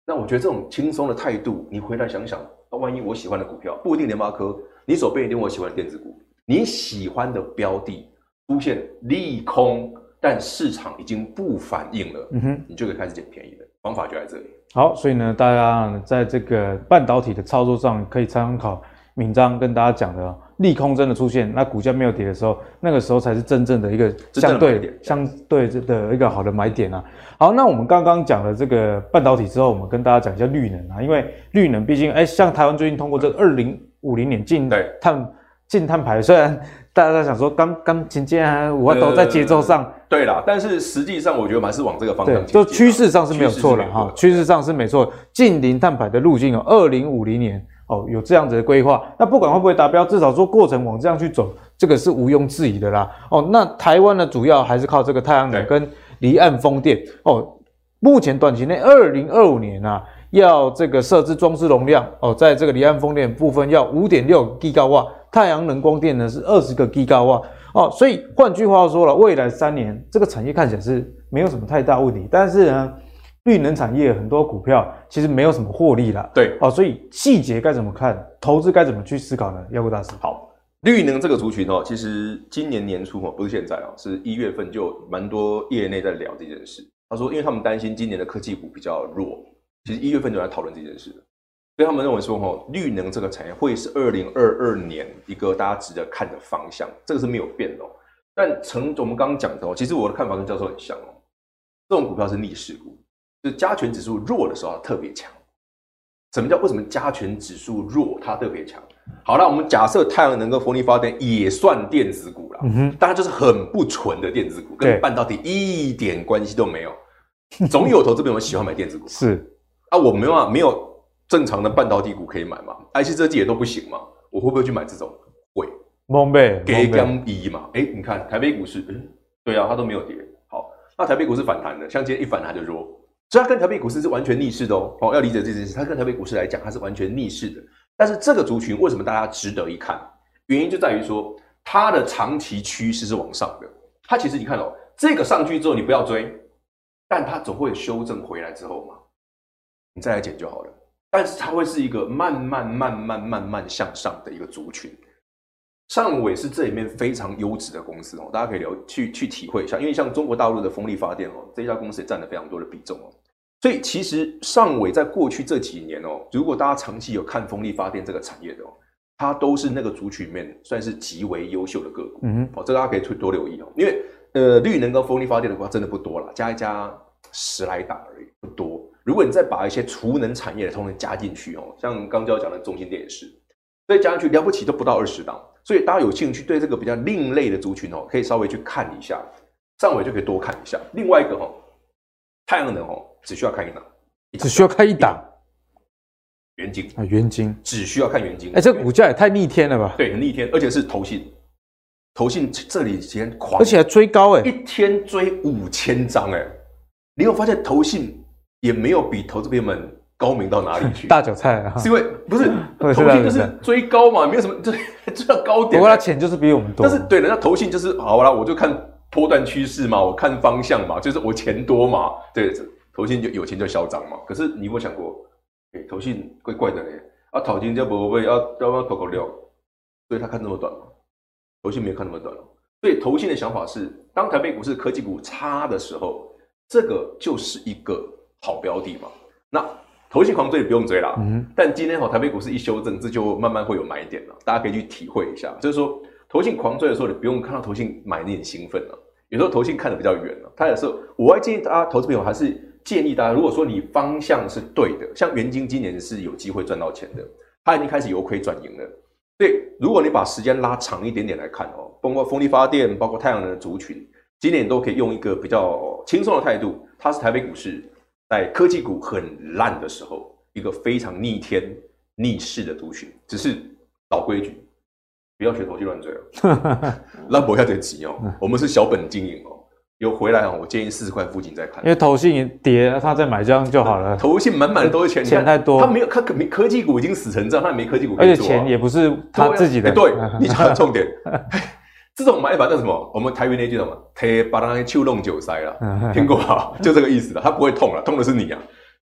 那我觉得这种轻松的态度，你回来想想，万一我喜欢的股票不一定联发科，你手边一定我喜欢的电子股，你喜欢的标的出现利空，但市场已经不反应了，你就可以开始捡便宜了。方法就在这里。 好，所以呢，大家在这个半导体的操作上可以参考闵章跟大家讲的，利空真的出现，那股价没有跌的时候，那个时候才是真正的一个相对的一个好的买点啊。好，那我们刚刚讲了这个半导体之后，我们跟大家讲一下绿能啊，因为绿能毕竟，像台湾最近通过这个2050年净碳排，虽然大家想说刚前进啊，我都在节奏上， 对啦，但是实际上我觉得还是往这个方向前进， 就趋势上是没有错了哈，趋势上是没错，净零碳排的路径2050年有这样子的规划，那不管会不会达标，至少说过程往这样去走，这个是毋庸置疑的啦。那台湾呢，主要还是靠这个太阳能跟离岸风电目前短期内2025年啊，要这个设置装置容量在这个离岸风电部分要5.6 GW， 太阳能光电呢是20个 GW 所以换句话说了，未来3年这个产业看起来是没有什么太大问题，但是呢，绿能产业很多股票其实没有什么获利啦。 对所以细节该怎么看，投资该怎么去思考呢？妖股大师， 好，绿能这个族群其实今年年初不是现在是1月份就蛮多业内在聊这件事。他说，因为他们担心今年的科技股比较弱，其实1月份就在讨论这件事了。所以他们认为说，绿能这个产业会是2022年一个大家值得看的方向，这个是没有变的。但我们刚刚讲的其实我的看法跟教授很像这种股票是逆势股，就是加权指数弱的时候它特别强。为什么加权指数弱它特别强？好了，我们假设太阳能跟风力发电也算电子股啦，当然就是很不纯的电子股，跟半导体一点关系都没有。总有投资朋友喜欢买电子股， 是我没有正常的半导体股可以买嘛 ？IC 设计也都不行嘛，我会不会去买这种？会，给1嘛？你看台北股市，对啊，它都没有跌。好，那台北股市反弹的，像今天一反弹就弱。所以它跟台北股市是完全逆势的要理解这件事，它跟台北股市来讲，它是完全逆势的。但是这个族群为什么大家值得一看？原因就在于说，它的长期趋势是往上的。它其实你看这个上去之后你不要追，但它总会修正回来之后嘛，你再来捡就好了。但是它会是一个慢慢向上的一个族群。上尾是这里面非常优质的公司大家可以去体会一下，因为像中国大陆的风力发电这家公司也占了非常多的比重所以其实上尾在过去这几年如果大家长期有看风力发电这个产业的它都是那个族群里面算是极为优秀的个股这个大家可以多留意因为绿能跟风力发电的股票真的不多啦，加一加10来档而已，不多。如果你再把一些储能产业的通通加进去像刚才讲的中兴电也是，所以加进去了不起都不到20档。所以大家有兴趣对这个比较另类的族群可以稍微去看一下，上尾就可以多看一下。另外一个太阳能只需要看一档， 只需要看一档， 元晶元晶只需要看元晶。 这股价也太逆天了吧？ 对，很逆天，而且是投信这里几天狂， 而且还追高一天追5000张你有发现投信也没有比投资朋友们高明到哪里去？ 大韭菜是因为不是投信就是追高嘛，没有什么追到高点。 不过他钱就是比我们多。 但是对，人家投信就是好啦，我就看波段趋势嘛，我看方向嘛，就是我钱多嘛。对，投信就有钱就嚣张嘛。可是你有没有想过，投信怪怪的嘞投金就不会要口口料，所以他看那么短嘛？投信没有看那么短所以投信的想法是，当台北股市科技股差的时候，这个就是一个好标的嘛。那投信狂追也不用追啦，但今天台北股市一修正，这就慢慢会有买点了，大家可以去体会一下。就是说，投信狂追的时候，你不用看到投信买你很兴奋了，有时候投信看得比较远了。他有时候，我会建议大家投资朋友还是建议大家，如果说你方向是对的，像元晶今年是有机会赚到钱的，它已经开始由亏转盈了。所以，如果你把时间拉长一点点来看包括风力发电，包括太阳能的族群，今年都可以用一个比较轻松的态度，它是台北股市在科技股很烂的时候，一个非常逆天逆势的族群。只是老规矩，不要学投机乱追那不要得急我们是小本经营有回来我建议40块附近再看， 因为投信跌，他再买这样就好了。 投信满满都是钱， 钱太多， 他没有科技股已经死成这样，他没科技股可以做而且钱也不是他自己的。 对，你讲的重点。这种买法叫什么？我们台语那句什么？把人手弄韭塞啦，听过吧？就这个意思啦，他不会痛了，痛的是你啊。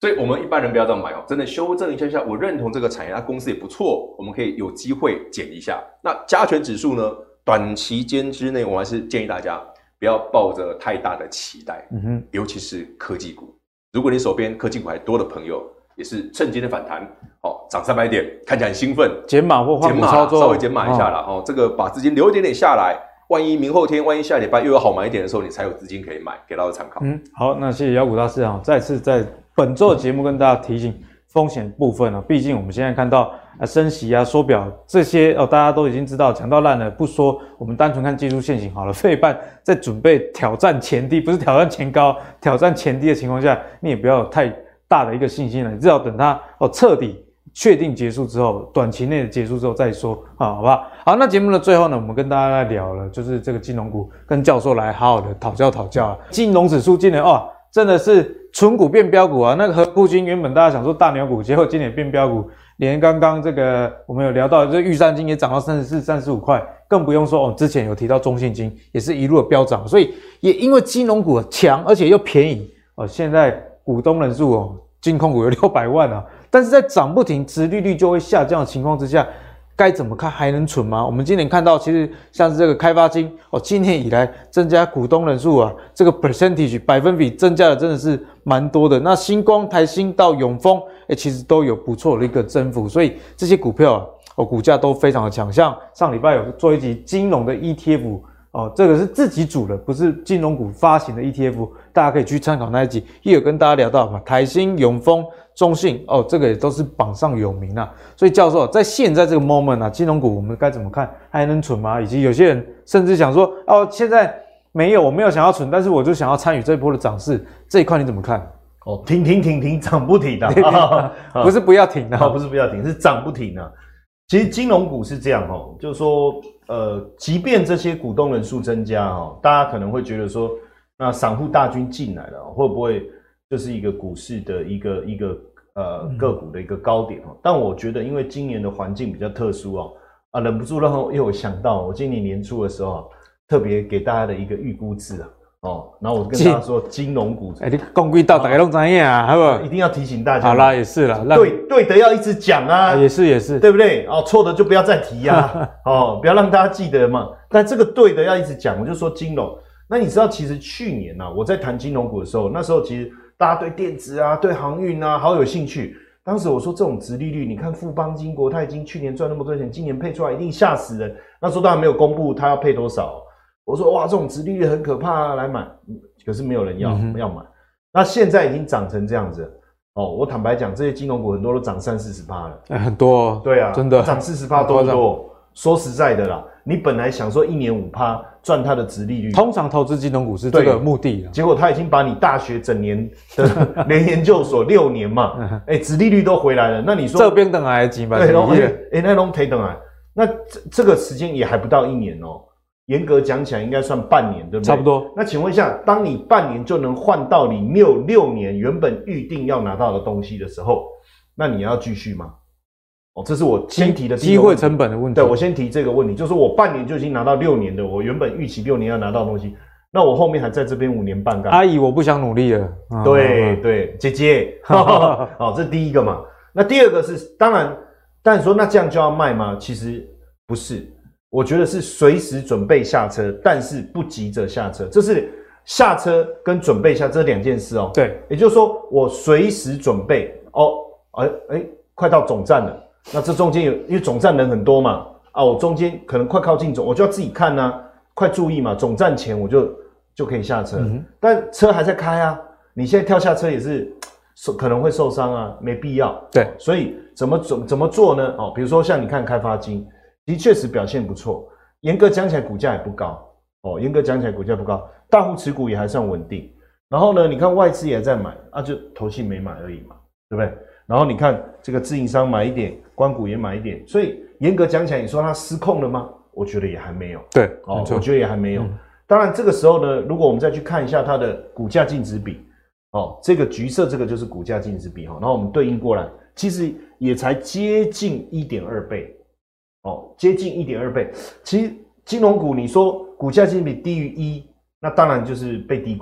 所以我们一般人不要这样买哦，真的修正一下，我认同这个产业，它公司也不错，我们可以有机会减一下。那加权指数呢，短期间之内，我还是建议大家不要抱着太大的期待，尤其是科技股。如果你手边科技股还多的朋友，也是趁今天反弹，涨300点，看起来很兴奋， 减码或换股操作， 稍微减码一下啦，这个把资金留一点点下来。万一明后天，万一下礼拜又有好买一点的时候，你才有资金可以买，给大家参考。 好，那谢谢妖股大师再次在本周的节目跟大家提醒风险部分毕竟我们现在看到升息缩表这些大家都已经知道，讲到烂了不说，我们单纯看技术线型好了。费半在准备挑战前低，不是挑战前高，挑战前低的情况下，你也不要有太大的一个信心了，你至少等它彻底确定结束之后，短期内的结束之后再说好不好？好，那节目的最后呢，我们跟大家来聊了，就是这个金融股，跟教授来好好的讨教金融指数今年真的是纯股变标股那个合库金原本大家想说大牛股，结果今年变标股，连刚刚这个我们有聊到，这玉山金也涨到34、35块，更不用说之前有提到中信金也是一路的飙涨，所以也因为金融股强而且又便宜现在股东人数金控股有600万但是在涨不停，殖利率就会下降的情况之下，该怎么看还能存吗？我们今年看到，其实像是这个开发金今年以来增加股东人数这个 percentage 百分比增加的真的是蛮多的。那星光、台新到永丰其实都有不错的一个增幅，所以这些股票股价都非常的强。像上礼拜有做一集金融的 ETF。这个是自己组的，不是金融股发行的 ETF， 大家可以去参考那一集，也有跟大家聊到台新、永丰、中信这个也都是榜上有名所以教授在现在这个 moment金融股我们该怎么看？还能存吗？以及有些人甚至想说现在没有，我没有想要存，但是我就想要参与这一波的涨势，这一块你怎么看？ 停，涨不停不是不要停不是不要停，是涨不停其实金融股是这样就是说即便这些股东人数增加大家可能会觉得说，那散户大军进来了会不会就是一个股市的一个个股的一个高点但我觉得因为今年的环境比较特殊忍不住让我又想到我今年年初的时候特别给大家的一个预估值然后我跟大家说金融股你讲几道大家都知道好不好？ 一定要提醒大家。 好啦，也是啦， 对的要一直讲也是， 对不对？错的就不要再提不要让大家记得嘛。但这个对的要一直讲，我就说金融。那你知道，其实去年我在谈金融股的时候，那时候其实大家对电子对航运好有兴趣。当时我说这种殖利率，你看富邦金、国泰金去年赚那么多钱，今年配出来一定吓死人。那时候当然没有公布他要配多少。我说哇，这种殖利率很可怕来买，可是没有人要买。那现在已经涨成这样子我坦白讲，这些金融股很多都涨30-40%了， 很多对啊， 真的涨40%多不多？说实在的啦，你本来想说1年5%赚它的殖利率， 通常投资金融股是这个目的结果他已经把你大学整年的连研究所6年嘛，殖利率都回来了，那你说这边等来几百对，那拢提等来，那这个时间也还不到1年严格讲起来应该算半年，对不对？ 差不多。 那请问一下，当你半年就能换到你6年原本预定要拿到的东西的时候，那你要继续吗？这是我先提的机会成本的问题。 对，我先提这个问题，就是我半年就已经拿到6年的，我原本预期6年要拿到的东西，那我后面还在这边5年半干嘛？ 阿姨，我不想努力了。 对，姐姐，这第一个嘛。那第二个是，当然，但你说那这样就要卖吗？其实不是。我觉得是随时准备下车，但是不急着下车，这是下车跟准备下车2件事对， 也就是说我随时准备快到总站了，那这中间因为总站人很多嘛我中间可能快靠近我就要自己看快注意嘛，总站前我就可以下车，但车还在开你现在跳下车也是可能会受伤没必要。 对， 所以怎么做呢？比如说像你看开发金。其实确实表现不错，严格讲起来股价也不高大户持股也还算稳定。然后呢，你看外资也在买就投信没买而已嘛，对不对？然后你看这个自营商买一点，官股也买一点，所以严格讲起来，你说它失控了吗？我觉得也还没有。 对， 我觉得也还没有。当然这个时候呢，如果我们再去看一下它的股价净值比，这个橘色这个就是股价净值比然后我们对应过来，其实也才接近 1.2 倍。接近 1.2 倍。其实金融股你说股价净值比低于1，那当然就是被低估。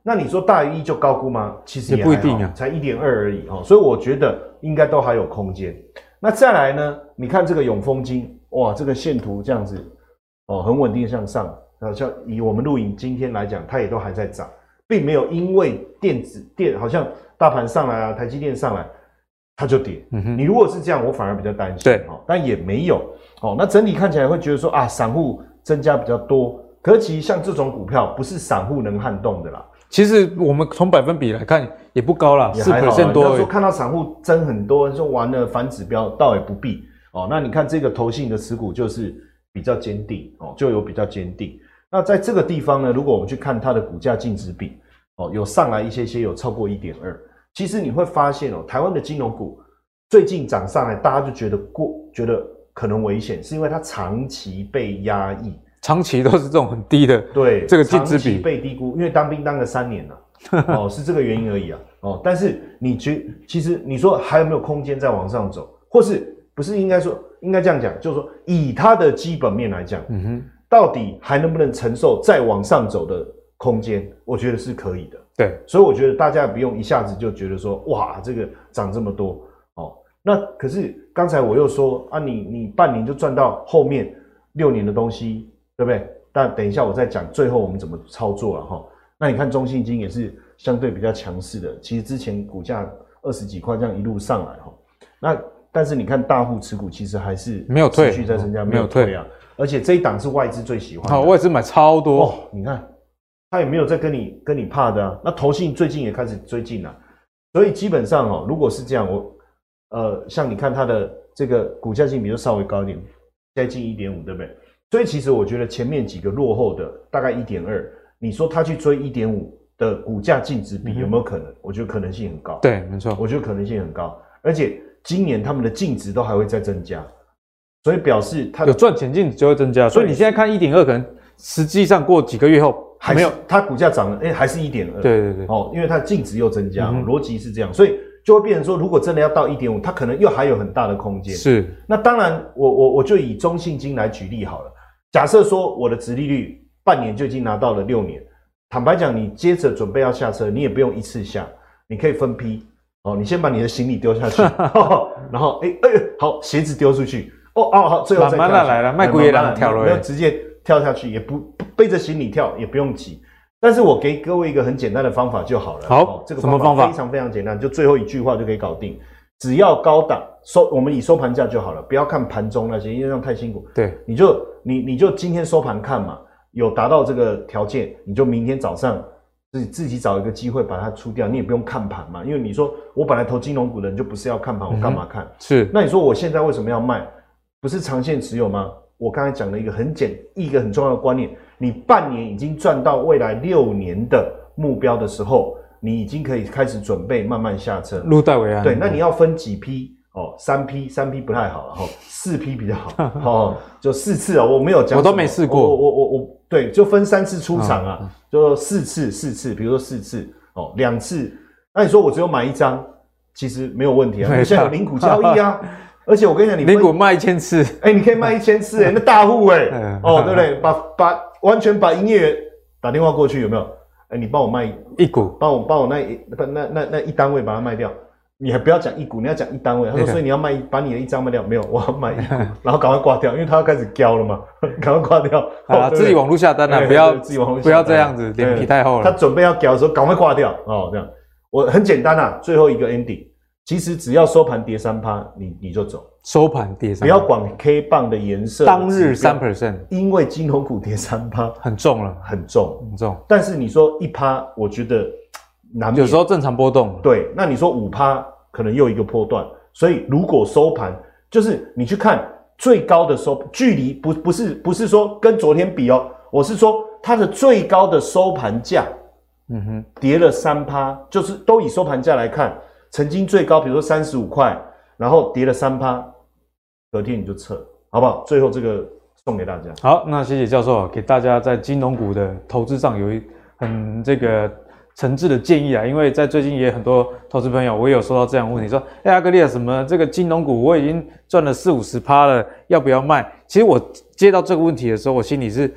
那你说大于1就高估吗？其实也不一定啊， 才 1.2 而已哦，所以我觉得应该都还有空间。那再来呢？你看这个永丰金，哇，这个线图这样子哦，很稳定向上。像以我们录影今天来讲，它也都还在涨，并没有因为电好像大盘上来啊，台积电上来它就跌。你如果是这样，我反而比较担心。 对， 但也没有哦。那整体看起来会觉得说啊，散户增加比较多，可是其实像这种股票不是散户能撼动的啦。 其实我们从百分比来看也不高啦，4% 多。 要说看到散户增很多，说完了反指标，倒也不必哦。那你看这个投信的持股就是比较坚定哦，就有比较坚定。那在这个地方呢，如果我们去看它的股价净值比哦，有上来一些，有超过 1.2。其实你会发现哦，台湾的金融股最近涨上来，大家就觉得可能危险，是因为它长期被压抑。 长期都是这种很低的， 对这个净值比长期被低估，因为当兵当了3年了，哦，是这个原因而已啊，哦，但是其实你说还有没有空间再往上走，或是不是应该这样讲，就是说以它的基本面来讲，到底还能不能承受再往上走的空间？我觉得是可以的， 对， 所以我觉得大家不用一下子就觉得说哇，这个涨这么多哦，那可是刚才我又说啊，你半年就赚到后面6年的东西。对不对？但等一下我再讲最后我们怎么操作了哈。那你看中信金也是相对比较强势的，其实之前股价20几块这样一路上来哈。那但是你看大户持股其实还是没有退， 持续在增加，没有退啊。而且这一档是外资最喜欢的， 好，外资买超多哦。你看他也没有在跟你怕的啊。那投信最近也开始追进了，所以基本上哦，如果是这样，像你看它的这个股价净比就稍微高一点，接近 1.5， 对不对？所以其实我觉得前面几个落后的大概 1.2， 你说他去追 1.5 的股价净值比有没有可能？我觉得可能性很高。 对，没错， 我觉得可能性很高，而且今年他们的净值都还会再增加，所以表示它有赚钱净值就会增加。所以你现在看 1.2， 可能实际上过几个月后还没有，它股价涨了，还是 1.2。 对哦，因为它的净值又增加，逻辑是这样，所以就会变成说，如果真的要到 1.5， 它可能又还有很大的空间。 是， 那当然，我就以中信金来举例好了。假设说我的殖利率半年就已经拿到了6年，坦白讲，你接着准备要下车，你也不用一次下，你可以分批哦。你先把你的行李丢下去，然后好，鞋子丢出去，好，最后再慢慢来了，卖贵人跳了， 没有直接跳下去，也不背着行李跳，也不用急。但是我给各位一个很简单的方法就好了。 好， 这个方法非常非常简单，就最后一句话就可以搞定。只要高档我们以收盘价就好了，不要看盘中那些，因为那样太辛苦。 对， 你就今天收盘看嘛，有达到这个条件，你就明天早上自己找一个机会把它出掉，你也不用看盘嘛，因为你说我本来投金融股的人就不是要看盘，我干嘛看？ 是， 那你说我现在为什么要卖？不是长线持有吗？我刚才讲了一个很重要的观念，你半年已经赚到未来6年的目标的时候，你已经可以开始准备慢慢下车， 入袋为安。 对，那你要分几批哦？3批不太好了哈，4批比较好哦，就4次哦，我没有讲， 我都没试过， 我对，就分3次出场啊，就4次，比如说4次哦，2次，那你说我只有买1张，其实没有问题啊，因为现在有零股交易啊。而且我跟你讲，你零股卖1000次， 你可以卖1000次，那大户对不对？完全把营业员打电话过去，有没有？你帮我卖 1股， 帮我那一单位把它卖掉，你还不要讲1股，你要讲1单位。他说，所以你要把你的1张卖掉，没有，我要卖1股，然后赶快挂掉，因为他要开始交了嘛，赶快挂掉。 好，自己网络下单了，不要这样子，脸皮太厚了。 他准备要交的时候，赶快挂掉哦，这样。我很简单啊，最后一个 ending。其实只要收盘跌3%，你就走。收盘跌3%，不要管 K 棒的颜色。当日3%，因为金融股跌3%，很重了，很重。但是你说1%，我觉得难免。有时候正常波动。对，那你说5%，可能又一个波段。所以如果收盘，就是你去看最高的距离，不是说跟昨天比哦，我是说它的最高的收盘价，跌了3%，就是都以收盘价来看。曾经最高，比如说35块，然后跌了3%，隔天你就撤，好不好？最后这个送给大家。好，那谢谢教授给大家在金融股的投资上有很这个诚挚的建议啊，因为在最近也很多投资朋友，我也有收到这样的问题，说，阿格力啊，什么这个金融股我已经赚了40-50%了，要不要卖？其实我接到这个问题的时候，我心里是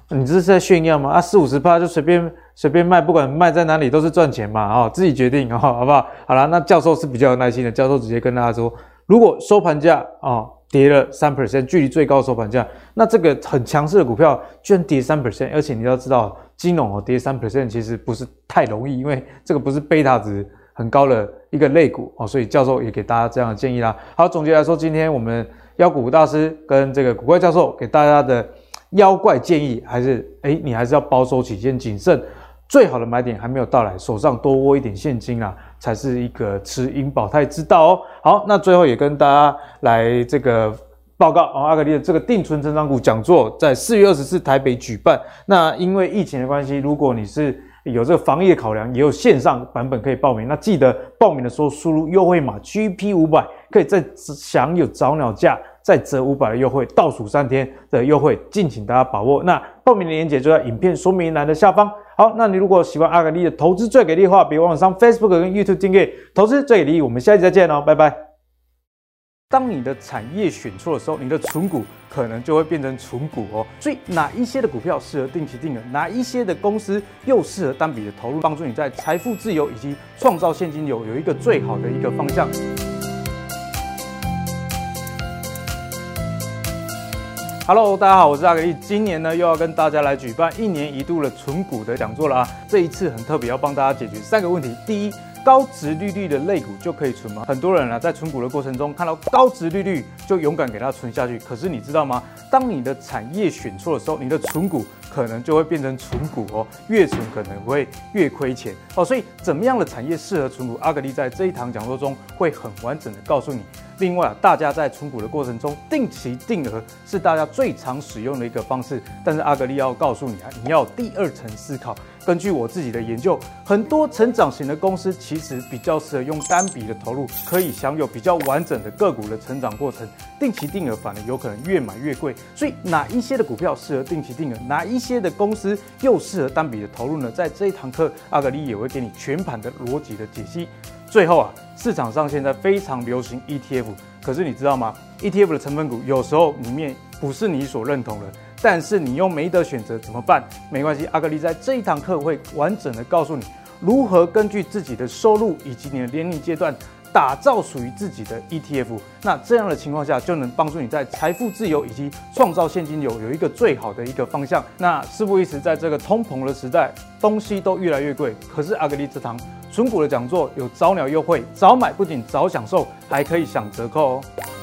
你这是在炫耀吗？啊，40-50%就随便卖，不管卖在哪里都是赚钱嘛，哦，自己决定哦，好不好？好啦，那教授是比较有耐心的，教授直接跟大家说，如果收盘价哦跌了3%，距离最高收盘价，那这个很强势的股票居然跌3%，而且你要知道，金融哦跌3%其实不是太容易，因为这个不是贝塔值很高的一个类股哦，所以教授也给大家这样的建议啦。好，总结来说，今天我们妖股大师跟这个股怪教授给大家的妖怪建议，还是你还是要保守起见，谨慎。最好的买点还没有到来，手上多握一点现金啊，才是一个持盈保泰之道哦。好，那最后也跟大家来这个报告阿格力的这个定存成长股讲座在4月24台北举办。那因为疫情的关系，如果你是有这个防疫的考量，也有线上版本可以报名。那记得报名的时候输入优惠码 GP500， 可以再享有早鸟价再折500的优惠，倒数3天的优惠，敬请大家把握。那报名的链接就在影片说明栏的下方。好，那你如果喜欢阿格力的投资最给力的话，别忘了上 Facebook 跟 YouTube 订阅投资最给力。我们下期再见哦，拜拜。当你的产业选错的时候，你的存股可能就会变成存股哦。所以哪一些的股票适合定期定额，哪一些的公司又适合单笔的投入，帮助你在财富自由以及创造现金流有一个最好的一个方向。Hello， 大家好，我是阿格力。今年呢又要跟大家来举办1年1度的存股的讲座了啊。这一次很特别，要帮大家解决3个问题。第一，高殖利率的类股就可以存吗？很多人啊在存股的过程中看到高殖利率就勇敢给它存下去。可是你知道吗？当你的产业选错的时候，你的存股可能就会变成存股哦，越存可能会越亏钱哦。所以怎么样的产业适合存股？阿格力在这一堂讲座中会很完整的告诉你。另外，大家在存股的过程中，定期定额是大家最常使用的一个方式。但是阿格力要告诉你啊，你要有第二层思考。根据我自己的研究，很多成长型的公司其实比较适合用单笔的投入，可以享有比较完整的个股的成长过程。定期定额反而有可能越买越贵。所以哪一些的股票适合定期定额，哪一些的公司又适合单笔的投入呢？在这一堂课，阿格力也会给你全盘的逻辑的解析。最后啊，市场上现在非常流行 ETF， 可是你知道吗 ？ETF 的成分股有时候里面不是你所认同的，但是你又没得选择怎么办？没关系，阿格力在这一堂课会完整的告诉你如何根据自己的收入以及你的年龄阶段，打造属于自己的 ETF。那这样的情况下，就能帮助你在财富自由以及创造现金流有一个最好的一个方向。那事不宜迟，在这个通膨的时代，东西都越来越贵，可是阿格力这堂存股的讲座有早鸟优惠，早买不仅早享受，还可以享折扣哦。